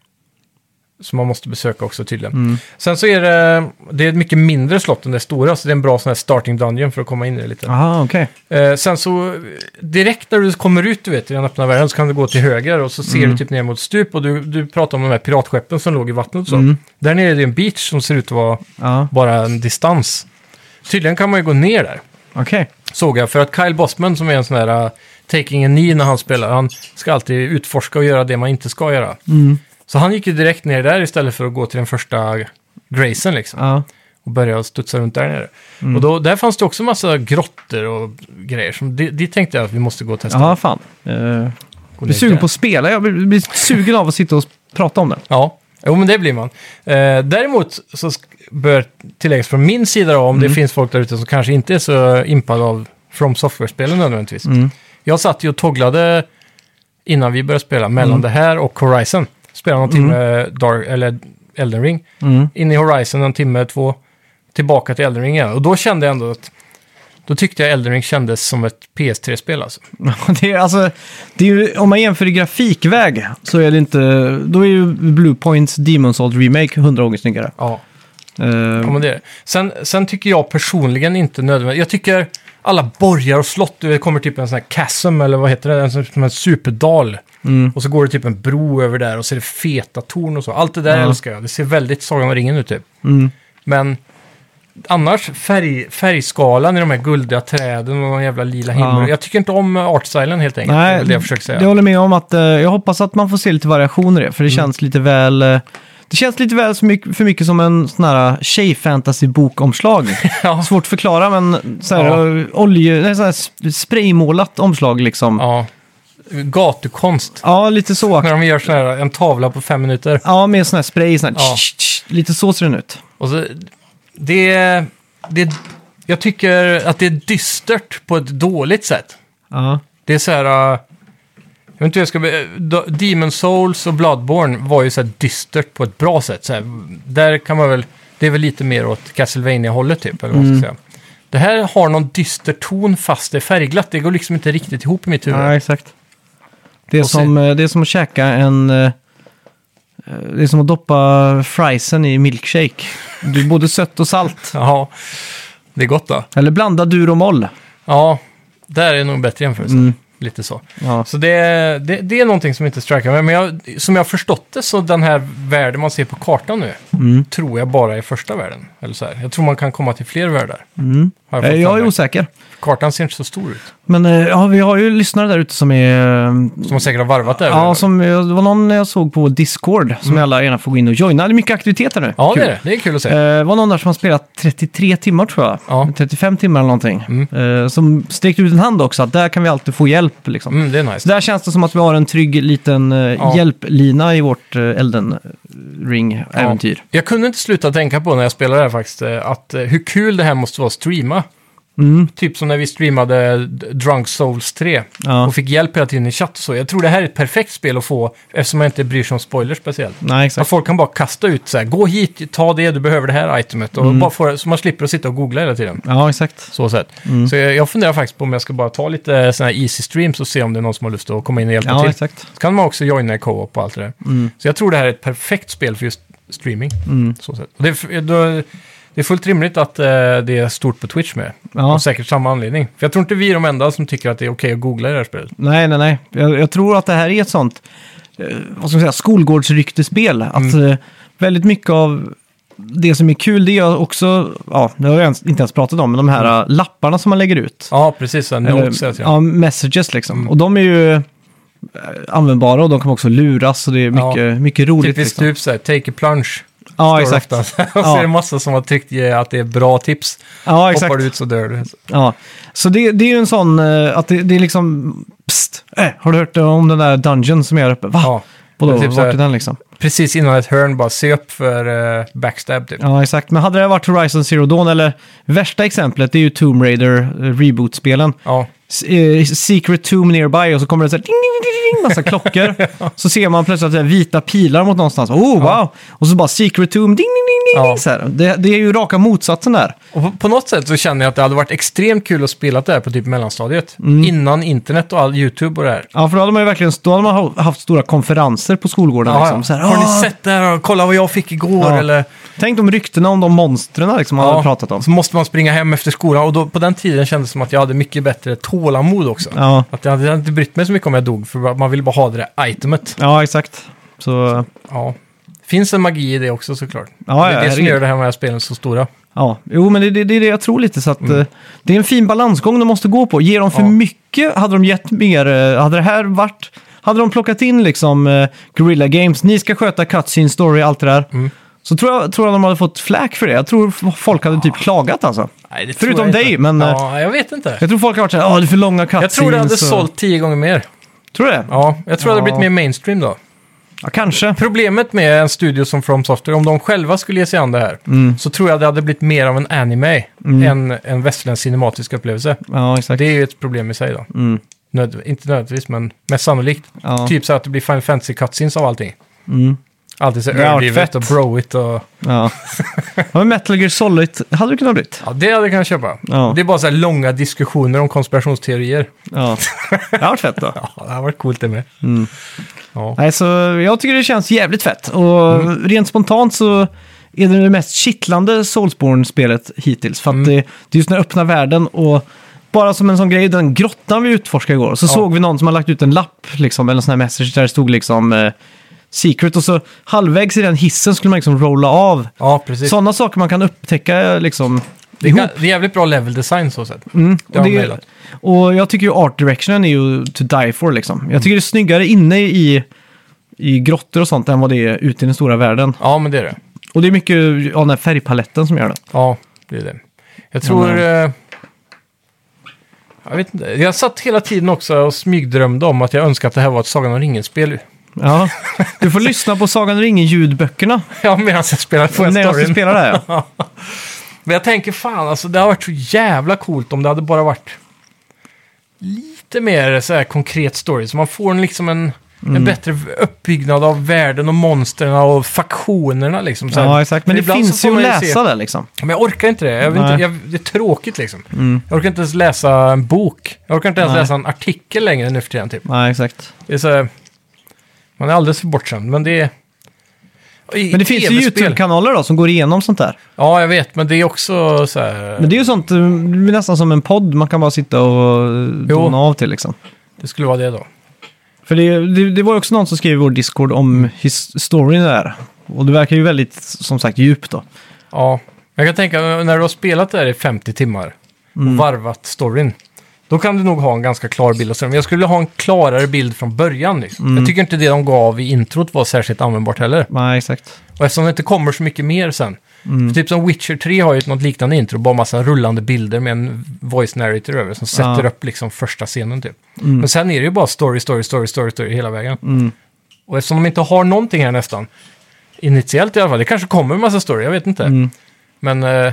som man måste besöka också tydligen. Mm. Sen så är det, det är ett mycket mindre slott än det stora, så det är en bra sån här starting dungeon för att komma in i det lite. Aha, okej. Eh, sen så, direkt när du kommer ut, du vet, i den öppna världen, så kan du gå till höger och så ser Mm. du typ ner mot stup och du, du pratar om de här piratskeppen som låg i vattnet och så. Mm. Där nere är det en beach som ser ut att vara Ja, bara en distans. Tydligen kan man ju gå ner där, okej. såg jag. För att Kyle Bossman, som är en sån här uh, taking a knee när han spelar, han ska alltid utforska och göra det man inte ska göra. Mm. Så han gick ju direkt ner där istället för att gå till den första Grayson liksom. Ja. Och börja studsa runt där nere. Mm. Och då, där fanns det också massa grottor och grejer. Som, det, det tänkte jag att vi måste gå och testa. Ja, fan. Uh, Gå jag ner blir sugen där. på att spela. Jag blir, blir sugen av att sitta och prata om det. Ja, jo men det blir man. Eh, däremot så sk- bör tilläggas från min sida då, om Mm. det finns folk där ute som kanske inte är så impad av From Software-spelen nödvändigtvis. Mm. Jag satt ju och togglade innan vi började spela mellan Mm. det här och Horizon. Spelade någon Mm. timme Dark, eller Elden Ring. Mm. In i Horizon en timme, två. Tillbaka till Elden Ring igen. Och då kände jag ändå att... Då tyckte jag Elden Ring kändes som ett P S tre-spel alltså. Det är, alltså, det är ju, om man jämför i grafikväg så är det inte... Då är ju Blue Points Demon's Souls Remake hundra gånger snyggare. Ja. Uh, Ja, men det är det. Sen, sen tycker jag personligen inte nödvändigt. Jag tycker alla borgar och slott. Det kommer typ en sån här chasm, eller vad heter det? En sån en superdal. Mm. Och så går det typ en bro över där och så är det feta torn och så. Allt det där Ja. älskar jag. Det ser väldigt Sagan om ringen ut typ. Mm. Men annars, färg, färgskalan i de här guldiga träden och de jävla lila himlen. Ja. Jag tycker inte om artstylen helt enkelt. det är Nej, väl det jag försöker säga. jag håller med om att eh, jag hoppas att man får se lite variationer i det. För det känns lite väl... eh, det känns lite väl så mycket, för mycket som en sån här tjej-fantasy-bokomslag. Ja. Svårt att förklara, men så här, Ja. eh, olje, nej, så här sp- spraymålat omslag liksom. Ja, Ja. Gatukonst. lite så. När de gör sån här, en tavla på fem minuter. Ja, med sån här spray, sån här, Ja. tsch, tsch, lite så ser den ut. Och så, det, det, jag tycker att det är dystert på ett dåligt sätt. Ja, Det är så här... Uh, jag vet inte hur jag ska... be- Do- Demon Souls och Bloodborne var ju så här dystert på ett bra sätt. Så här, där kan man väl... Det är väl lite mer åt Castlevania-hållet typ, eller vad man ska säga. Det här har någon dyster ton fast det är färgglatt. Det går liksom inte riktigt ihop i mitt huvud. ja exakt. Det är, Och se- som, eh, det är som att käka en... eh, Det är som att doppa friesen i milkshake. Det är både sött och salt. Jaha, det är gott då. Eller blanda dur och moll. Ja, där är nog en bättre jämförelse. Mm. Lite så. Ja. Så det, det, det är någonting som inte strikar mig. Men jag, som jag har förstått det så den här världen man ser på kartan nu Mm. tror jag bara är första världen. Eller så här. Jag tror man kan komma till fler världar. Mm. Har jag Jag, fått jag fram är det. osäker. Kartan ser inte så stor ut. Men eh, ja, vi har ju lyssnare där ute som är... eh, Som man säkert har varvat där. Ja, som, jag- det var någon jag såg på Discord som alla gärna får gå in och joina. Det är mycket aktiviteter nu. ja Kul. det är det. Det är kul att se. Eh, Det var någon där som har spelat trettiotre timmar tror jag. Ja. trettiofem timmar eller någonting. Eh, Som sträckte ut en hand också, att där kan vi alltid få hjälp. Liksom. Mm, det är nice. Så där känns det som att vi har en trygg liten eh, Ja. hjälplina i vårt eh, Elden Ring-äventyr. Jag kunde inte sluta tänka på när jag spelade det här faktiskt, eh, att eh, hur kul det här måste vara att streama. Mm. Typ som när vi streamade D- Drunk Souls tre Ja. och fick hjälp hela tiden i chatt och så. Jag tror det här är ett perfekt spel att få eftersom man inte bryr sig om spoilers speciellt. Nej, Att exakt. folk kan bara kasta ut så här, gå hit, ta det, du behöver det här itemet. Och Mm. bara få, så man slipper att sitta och googla hela tiden. Ja, exakt. Så sätt. Mm. Så jag, jag funderar faktiskt på om jag ska bara ta lite såna här easy streams och se om det är någon som har lust att komma in och hjälpa Ja, till. exakt. Så kan man också joina i co-op och allt det där. Mm. Så jag tror det här är ett perfekt spel för just streaming. Mm. Så sätt. Och det, är, då, det är fullt rimligt att eh, det är stort på Twitch med. Ja. Och säkert samma anledning. För jag tror inte vi är de enda som tycker att det är okej att googla i det här spelet. Nej, nej, nej. Jag, jag tror att det här är ett sånt, eh, vad ska man säga, skolgårdsryktespel. Att Mm. eh, väldigt mycket av det som är kul, det är också, ja, det har jag ens, inte ens pratat om, men de här mm. lapparna som man lägger ut. Ja, precis. Så notes, Eller, ja. ja, messages liksom. Mm. Och de är ju eh, användbara och de kan också luras och det är Ja. mycket, mycket roligt. Typ i liksom. stup såhär, take a plunge. Ja, står exakt. ofta. Och så Ja. är det massa som har tryckt i att det är bra tips. Ja, exakt. Hoppar du ut så dör du. Ja. Så det, det är ju en sån, eh, att det, det är liksom, psst, äh, har du hört om den där dungeon som är här uppe? Va? Ja. Vadå, Det är typ vart så här- är den liksom? Precis innan ett hörn, bara se upp för uh, backstab typ. Ja, exakt. Men hade det varit Horizon Zero Dawn, eller värsta exemplet, det är ju Tomb Raider eh, reboot-spelen. Ja. S- eh, Secret Tomb nearby och så kommer det så här, ding, ding, ding, ding, massa klockor. Så ser man plötsligt att det är vita pilar mot någonstans. Oh, Ja. wow! Och så bara Secret Tomb, ding, ding, ding, ding, Ja. ding. Så här. Det, det är ju raka motsatsen där. Och på, på något sätt så känner jag att det hade varit extremt kul att spela det här på typ mellanstadiet. Mm. Innan internet och all YouTube och det här. Ja, för då hade man ju verkligen då hade man ha- haft stora konferenser på skolgården. Ja, liksom. ja. Så här, Har ni "Ah." sett det här? Kolla vad jag fick igår. Ja. Eller, Tänk de ryktena om de monstren liksom, man hade pratat om. Så måste man springa hem efter skolan. Och då, på den tiden kändes det som att jag hade mycket bättre tålamod också. Ja, Att jag hade jag hade inte brytt mig så mycket om jag dog. För man ville bara ha det där itemet. ja exakt. Så, Ja. Finns en magi i det också såklart. ja, det är ja, det som herregud. gör det här med spelen så stora. Ja, jo men det, det, det är det jag tror lite. Så att, Mm. eh, det är en fin balansgång de måste gå på. Ger de för Ja. mycket, hade de gett mer, eh, hade det här varit, hade de plockat in liksom eh, Guerrilla Games, ni ska sköta cutscene story, allt det där. Mm. Så tror jag, tror jag de hade fått flack för det. Jag tror f- folk hade typ klagat alltså. Nej, det tror Förutom jag dig, inte. men, eh, Ja, jag vet inte. Jag tror folk har varit såhär, åh det är för långa cutscenes. Jag tror det hade så- sålt tio gånger mer. Tror du det? Ja, jag tror det hade Ja. blivit mer mainstream då. Ja, kanske. Problemet med en studio som From Software, om de själva skulle ge sig an det här, Mm. så tror jag det hade blivit mer av en anime Mm. än en västerländsk cinematisk upplevelse. Ja, exakt. Det är ju ett problem i sig då. Mm. Nöd, inte nödvändigtvis, men mest sannolikt. Ja. Typ så att det blir Final Fantasy cutscenes av allting. Mm. Alltid så Det hade varit överdrivet fett. och broigt och... Ja. Ja, men Metal Gear Solid hade du kunnat blivit. Ja, det hade jag kunnat köpa. Ja. Det är bara så här långa diskussioner om konspirationsteorier. Ja. Det har varit fett då. Ja, det har varit coolt det med. Mm. Ja. Nej, så jag tycker det känns jävligt fett. Och Mm. rent spontant så är det det mest kittlande Soulsborne-spelet hittills. För att Mm. det, det är just den här öppna världen och bara som en sån grej, den grottan vi utforskade igår, så Ja. såg vi någon som har lagt ut en lapp, liksom, eller en sån här message där det stod liksom eh, secret, och så halvvägs i den hissen skulle man liksom rolla av. Ja, precis. Sådana saker man kan upptäcka liksom det, är, ihop. ga- det är jävligt bra level design så sett. Mm, Det har och, de det, nailat. och jag tycker ju art directionen är ju to die for liksom. Jag tycker det är snyggare inne i, i grottor och sånt än vad det är ute i den stora världen. Ja, men det är det. Och det är mycket av den här färgpaletten som gör det. Ja, det är det. Jag tror... Mm. Eh, jag vet inte. Jag satt hela tiden också och smygdrömde om att jag önskade att det här var ett Sagan om ringen-spel. Ja, du får lyssna på Sagan om ringen-ljudböckerna Ja, medan jag spelar på när jag ska storyn. spela det här. Ja. Men jag tänker fan, alltså det har varit så jävla coolt om det hade bara varit lite mer så här konkret story. Så man får en, liksom en, Mm. en bättre uppbyggnad av världen och monstren och faktionerna liksom. Så här. Ja, exakt. Men För det ibland finns så ju får att man ju läsa se- där liksom. Men jag orkar inte det. Jag vill Nej. inte, jag, det är tråkigt liksom. Mm. Jag orkar inte ens läsa en bok. Jag orkar inte ens Nej. läsa en artikel längre nu för tiden typ. Nej, exakt. Det är så här, man är alldeles för bortskämd, men det är... i Men det finns ju tv-spel- YouTube-kanaler då som går igenom sånt där. Ja, jag vet, men det är också så här... Men det är ju sånt, eh, det är nästan som en podd man kan bara sitta och eh, dona av till liksom. Det skulle vara det då. För det, det, det var ju också någon som skrev i vår Discord om his, storyn där. Och det verkar ju väldigt, som sagt, djupt då. Ja, jag kan tänka när du har spelat det här i femtio timmar och varvat storyn, då kan du nog ha en ganska klar bild av storyn. Men jag skulle ha en klarare bild från början. Liksom. Jag tycker inte det de gav i introt var särskilt användbart heller. Nej, exakt. Och eftersom det inte kommer så mycket mer sen. För typ som Witcher tre har ju något liknande intro, bara massa rullande bilder med en voice narrator över som sätter Ja. upp liksom första scenen typ. Men sen är det ju bara story, story, story, story, story hela vägen. Mm. Och eftersom de inte har någonting här nästan, initiellt i alla fall, det kanske kommer en massa story, jag vet inte. Mm. Men eh,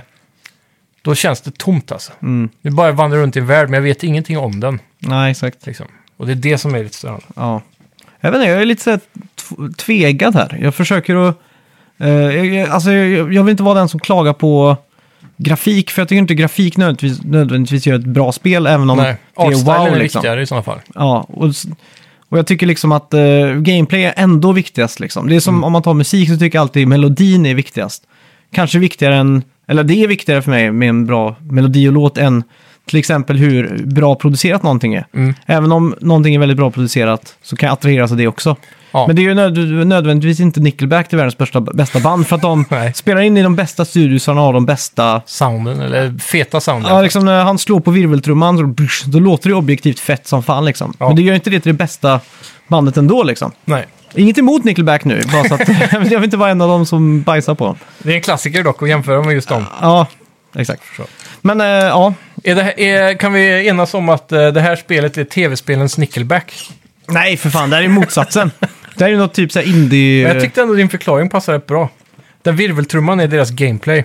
då känns det tomt alltså. Mm. Det är bara jag vandrar runt i en värld, men jag vet ingenting om den. Nej, exakt. Liksom. Och det är det som är lite störande. Ja. Jag vet inte, jag är lite så här tv- tvegad här. Jag försöker att... Eh, jag, alltså, jag, jag vill inte vara den som klagar på grafik, för jag tycker inte grafik nödvändigtvis, nödvändigtvis gör ett bra spel, även om Nej, det är artstylen wow är liksom. viktigare i sådana fall. Ja, och, s- och jag tycker liksom att eh, gameplay är ändå viktigast liksom. Det är som om man tar musik, så tycker jag alltid melodin är viktigast. Kanske viktigare än, eller det är viktigare för mig med en bra melodi och låt än till exempel hur bra producerat någonting är. Mm. Även om någonting är väldigt bra producerat så kan jag attraheras av det också. Ja. Men det är ju nöd- nödvändigtvis inte Nickelback till världens bästa, bästa band, för att de Nej. spelar in i de bästa studiosarna och de bästa... Sounden, eller feta sounden. Ja, liksom när han slår på virveltrumman så blush, då låter det objektivt fett som fan liksom. Ja. Men det gör inte det till det bästa bandet ändå liksom. Nej. Inget emot Nickelback nu, bara så att jag vill inte vara en av dem som bajsar på dem. Det är en klassiker dock att jämföra med just dem. Ja, exakt. Så. Men eh, ja, Är det, här- är, kan vi enas om att eh, det här spelet är tv-spelens Nickelback? nej för fan, det här är motsatsen. Det här är ju något typ så här indie... Men jag tyckte ändå din förklaring passar rätt bra. Den virveltrumman är deras gameplay.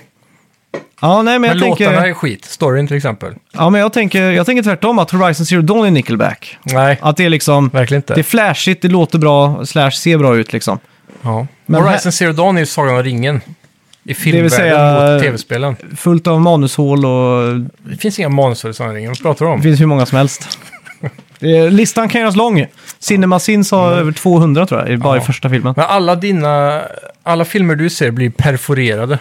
Ja, nej, men Men jag låtarna tänker... är skit. Storyn till exempel. Ja, men jag tänker, jag tänker tvärtom, att Horizon Zero Dawn är Nickelback. Nej, Att det är liksom... verkligen inte. Det är flashigt, det låter bra, slash ser bra ut liksom. Ja. Men Horizon här- Zero Dawn är ju Sagan om ringen. I filmvärlden säga- mot tv-spelen. Fullt av manushål och Det finns inga manus i Sagan om ringen. Vad pratar du om? det finns hur många som helst. Det är- Listan kan göras lång. Cinema Sins har över tvåhundra tror jag, bara Ja. i första filmen. Men alla dina... Alla filmer du ser blir perforerade.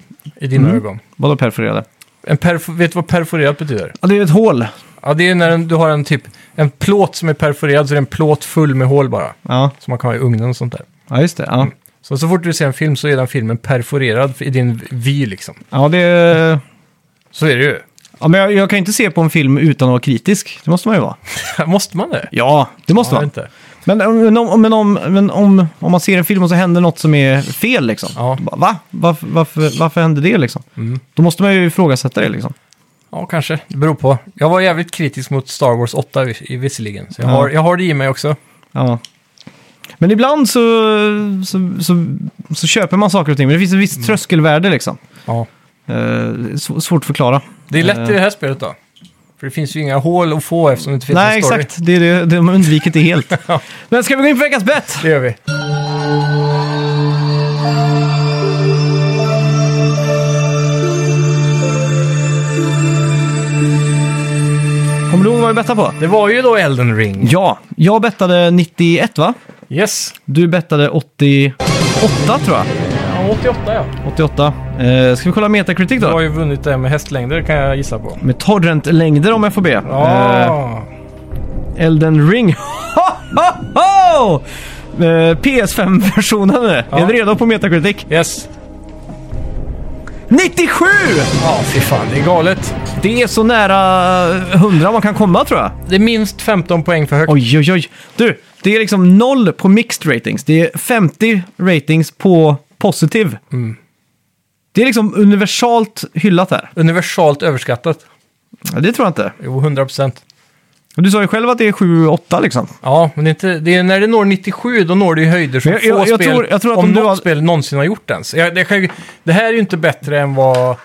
I dina Mm. ögon. Vadå perforerade? En perf- vet du vad perforerat betyder? Ja, det är ett hål. Ja, det är när en, du har en typ... En plåt som är perforerad, så är det en plåt full med hål bara. Ja, Som man kan ha i ugnen och sånt där. ja just det. Ja, Så, så fort du ser en film så är den filmen perforerad i din vy liksom. ja det är... Så är det ju. Ja, men jag, jag kan inte se på en film utan att vara kritisk. Det måste man ju vara. Måste man det? Ja, det måste Ja, man. inte. Men, men, om, men, om, men om, om man ser en film och så händer något som är fel liksom. Ja. Bara, Va? Varför, varför, varför hände det liksom? Mm. Då måste man ju ifrågasätta det liksom. Ja, kanske. Det beror på. Jag var jävligt kritisk mot Star Wars åtta vis- i visserligen. Så jag, Ja. har, jag har det i mig också. Ja. Men ibland så, så, så, så köper man saker och ting. Men det finns ett visst Mm. tröskelvärde liksom. Ja. Eh, sv- svårt att förklara. Det är lätt Eh. i det här spelet då. För det finns ju inga hål att få eftersom det inte finns Nej, en story. exakt. Det är det. De har undvikit det helt. Men ska vi gå in på veckans bett? Det gör vi. Kommer du ihåg vad vi bettade på? Det var ju då Elden Ring. Ja, jag bettade nittioett va? Yes. Du bettade åttioåtta tror jag. Ja, åttioåtta, ja. åttioåtta. Eh, ska vi kolla Metacritic Du då? har ju vunnit det med hästlängder, kan jag gissa på. Med torrentlängder om jag får be. Ja. Eh, Elden Ring. Ho, ho, ho! Eh, P S fem-versionen nu. Ja. Är du redo på Metacritic? Yes. nittiosju! Ja, fy fan, det är galet. Det är så nära hundra man kan komma, tror jag. Det är minst femton poäng för högt. Oj, oj, oj. Du, det är liksom noll på mixed ratings. Det är femtio ratings på positiv. Mm. Det är liksom universalt hyllat här. Universalt överskattat. Ja, det tror jag inte. Jo, hundra procent. Och du sa ju själv att det är sju åtta liksom. Ja, men det är inte, det är, när det når nittiosju, då når det ju höjder som Jag- få jag- jag spel, tror- jag tror att om om du något har- spel någonsin har gjort ens. Jag, det, kan- det här är ju inte bättre än vad...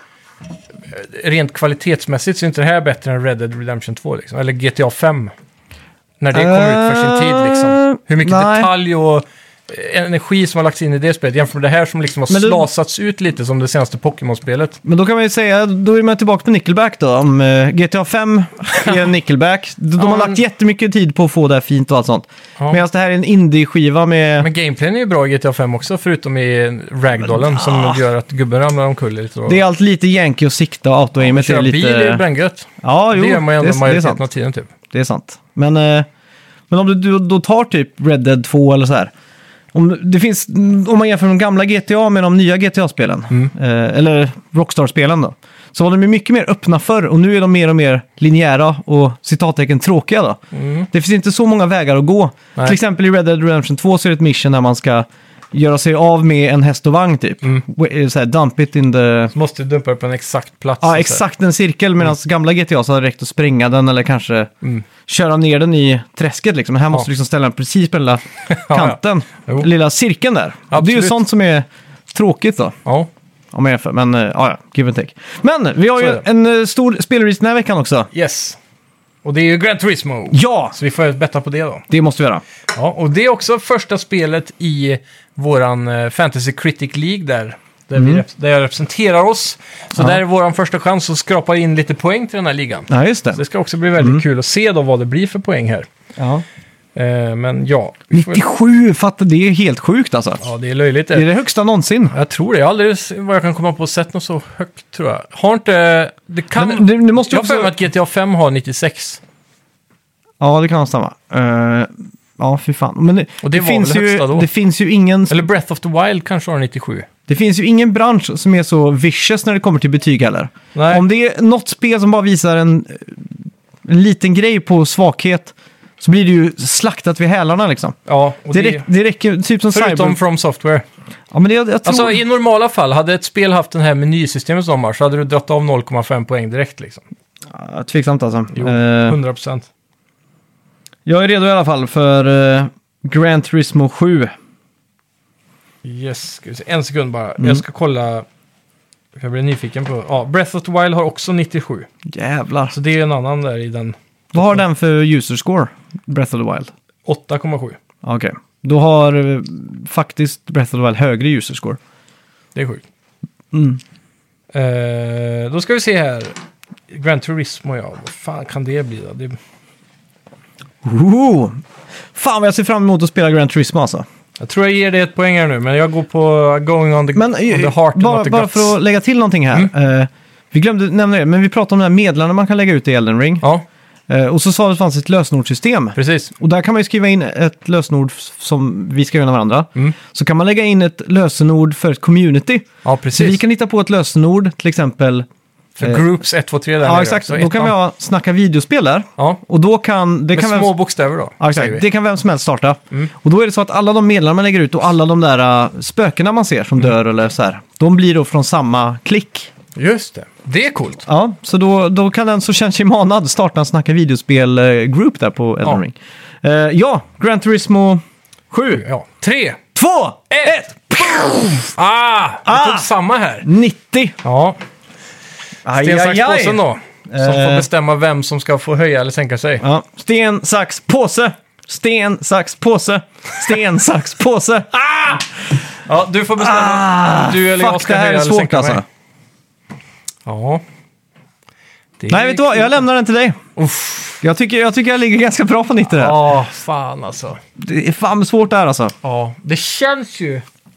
Rent kvalitetsmässigt så är inte det här bättre än Red Dead Redemption två, liksom. Eller G T A fem. När det kom ut för sin tid, liksom. Hur mycket nej. detalj och energi som har lagts in i det spelet jämfört med det här som liksom har Men du- slasats ut lite som det senaste Pokémon-spelet. Men då kan man ju säga, då är man tillbaka på Nickelback då. Om eh, G T A fem är Nickelback. De, de Ja, har men- lagt jättemycket tid på att få det här fint och allt sånt. Ja. Medan det här är en indie-skiva med... Men gameplayen är ju bra i G T A fem också, förutom i ragdollen som gör att gubben ramlar omkull lite. Och Det är allt lite yankee och sikta och auto-aimet är köra lite... bil är bränngött. Ja, jo, Det gör man ju ändå det, är- det är majoriteten sant. av tiden typ. Det är sant. Men, eh, men om du, du då tar typ Red Dead två eller så här. Om, det finns, om man jämför de gamla G T A med de nya G T A-spelen, Mm. eh, eller Rockstar-spelen då, så var de ju mycket mer öppna förr och nu är de mer och mer linjära och citattecken tråkiga då. Mm. Det finns inte så många vägar att gå. Nej. Till exempel i Red Dead Redemption två så är det ett mission där man ska göra sig av med en häst och vagn typ. Mm. W- Så här, dump it in the... Så måste du dumpa det på en exakt plats. Ja, och exakt en cirkel, medan gamla G T A så hade det räckt att spränga den eller kanske Mm. köra ner den i träsket liksom. Men här måste du liksom ställa den precis på den lilla ja. kanten, Jo. lilla cirkeln där. Det är ju Absolut. sånt som är tråkigt då, Ja. om jag jämför. Men eh, ja, ja, give and take. Men vi har Så ju är det. en eh, stor spelrelease den här veckan också. Yes. Och det är ju Gran Turismo. Ja, Så vi får betta på det då. det måste vi göra. Ja, och det är också första spelet i våran eh, Fantasy Critic League där. Där, vi rep- där jag representerar oss. Så Mm. Ja. där är våran första chans att skrapa in lite poäng till den här ligan. Ja, just Så det. det ska också bli väldigt kul att se då vad det blir för poäng här. Ja. Eh, men ja, vi får väl- nittiosju, fatta, det är helt sjukt alltså. ja, det är löjligt. Det är det högsta någonsin. Jag tror det. Jag har aldrig s- vad jag kan komma på sett något så högt, tror jag. Har inte... Det kan... Men det, det måste ju jag har för också... mig att G T A fem har nittiosex. Ja, det kan stämma. Uh, ja, fy fan. Men det, Och det det var finns väl ju, högsta då? det finns ju ingen... Eller Breath of the Wild kanske har nittiosju. Det finns ju ingen bransch som är så vicious när det kommer till betyg heller. Nej. Om det är något spel som bara visar en, en liten grej på svaghet så blir det ju slaktat vid hälarna liksom. Ja, och Det, det, räck, det räcker, typ som förutom Cyber... From Software. Ja, men det, jag, jag tror... Alltså i normala fall, hade ett spel haft den här menysystemet som de har så hade du dragit av noll komma fem poäng direkt liksom. Ja, tveksamt alltså. Jo, Eh, hundra procent. jag är redo i alla fall för uh, Gran Turismo sju. Yes, ska vi se. En sekund bara. Mm. Jag ska kolla. Jag blir nyfiken på... Ja, Breath of the Wild har också nittiosju. Jävlar. Så det är en annan där i den Vad har den för user score? Breath of the Wild? åtta komma sju. Okej. Då har eh, faktiskt Breath of the Wild högre user score. Det är sjukt. Mm. Eh, då ska vi se här. Gran Turismo, ja. Vad fan kan det bli då? Det... Ooh. Fan vad jag ser fram emot att spela Gran Turismo alltså. Jag tror jag ger det ett poäng här nu, men jag går på going on the, Men on the eh, heart and bara, not the bara guts. för att lägga till någonting här. Eh, vi glömde nämna det, men vi pratade om de här medlarna man kan lägga ut i Elden Ring. Ja, Eh, och så sa vi att det fanns ett lösenordssystem. precis. Och där kan man ju skriva in ett lösenord f- som vi ska göra varandra. Mm. Så kan man lägga in ett lösenord för ett community. Ja, Så precis. vi kan hitta på ett lösenord, till exempel... För eh, groups ett, två, tre där Ja, nere. exakt. Så Då kan ettan. vi ha snacka videospel där. Ja, Och då kan... Det med kan vem, små bokstäver då. ja, säger exakt. vi. Det kan vem som helst starta. Mm. Och då är det så att alla de medlemmar man lägger ut och alla de där uh, spökena man ser som Mm. dör eller så här, de blir då från samma klick. Just det. Det är coolt. Ja, så då, då kan den som känner sig manad starta en snacka videospel-group där på Elden Ja. Ring. Eh, ja, Gran Turismo sju. Ja. Tre, två, ett, Ah! Vi Ah! tog samma här. nittio. Ja. Aj, Sten, aj, sax, aj. påsen då. Som Eh. får bestämma vem som ska få höja eller sänka sig. Ja. Sten, sax, påse. Sten, sax, påse. Sten, sax, påse. Ah! Ja, du får bestämma. Ah, du eller fuck, jag ska det här höja är eller svårt sänka alltså. mig. Ja. Det Nej, är vet du vad? kul. Jag lämnar den till dig. Uff. Jag tycker jag, tycker jag ligger ganska bra på nittio där. Ja, fan alltså. Det är fan svårt där alltså. Ja, det känns ju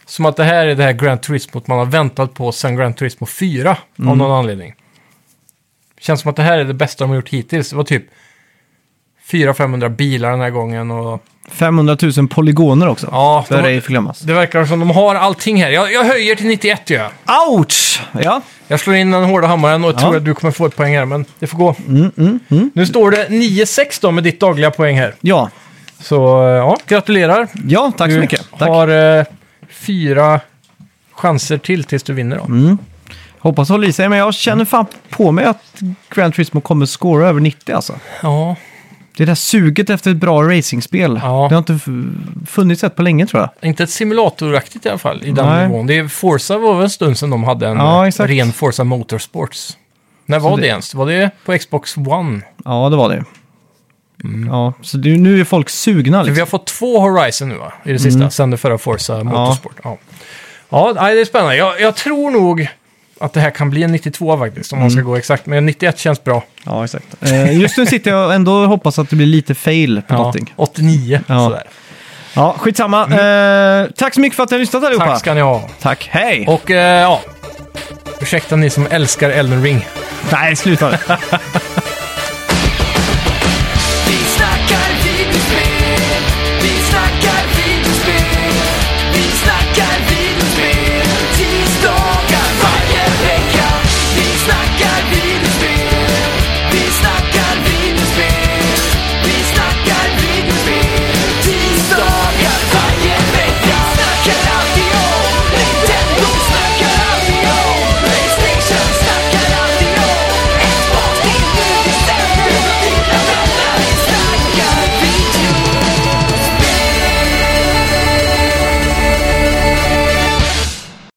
som att det här är det här Gran Turismo man har väntat på sedan Gran Turismo fyra mm. av någon anledning. Känns som att det här är det bästa de har gjort hittills. Det var typ fyra femhundra bilar den här gången och... femhundratusen polygoner också. Ja, för de, det förglömmas. Det verkar som de har allting här. Jag, jag höjer till nittioett, gör jag. Ouch! Ja. Jag slår in den hårda hammaren och ja. tror att du kommer få ett poäng här, men det får gå. Mm, mm, mm. Nu står det nio sex då med ditt dagliga poäng här. Ja. Så ja, gratulerar. Ja, tack så mycket. Du tack. har eh, fyra chanser till tills du vinner då. Mm. Hoppas hålla i sig, men jag känner fan på mig att Gran Turismo kommer scora över nittio alltså. Ja. Det där suget efter ett bra racingspel. Ja. Det har inte funnits ett på länge, tror jag. Inte ett simulatoraktigt i alla fall, i den Nej. nivån. Det är Forza var väl en stund sedan de hade en Ja, exakt. ren Forza Motorsports. När Så var det... det ens? Var det på Xbox One? Ja, det var det. Mm. Ja, så det, nu är folk sugna. Liksom. Vi har fått två Horizon nu va? I det sista, mm. sen det förra Forza Motorsport. Ja, ja. ja det är spännande. Jag, jag tror nog att det här kan bli en nittiotvå faktiskt, om mm. man ska gå exakt. Men nittioett känns bra. Ja, exakt. Eh, just nu sitter jag ändå och hoppas att det blir lite fail på ja, någonting. åttionio, ja. Sådär. Ja, skitsamma. Mm. Eh, tack så mycket för att ni har lyssnat allihopa. Tack ska ni ha. Tack, hej! Och eh, ja, ursäkta ni som älskar Elden Ring. Nej, sluta.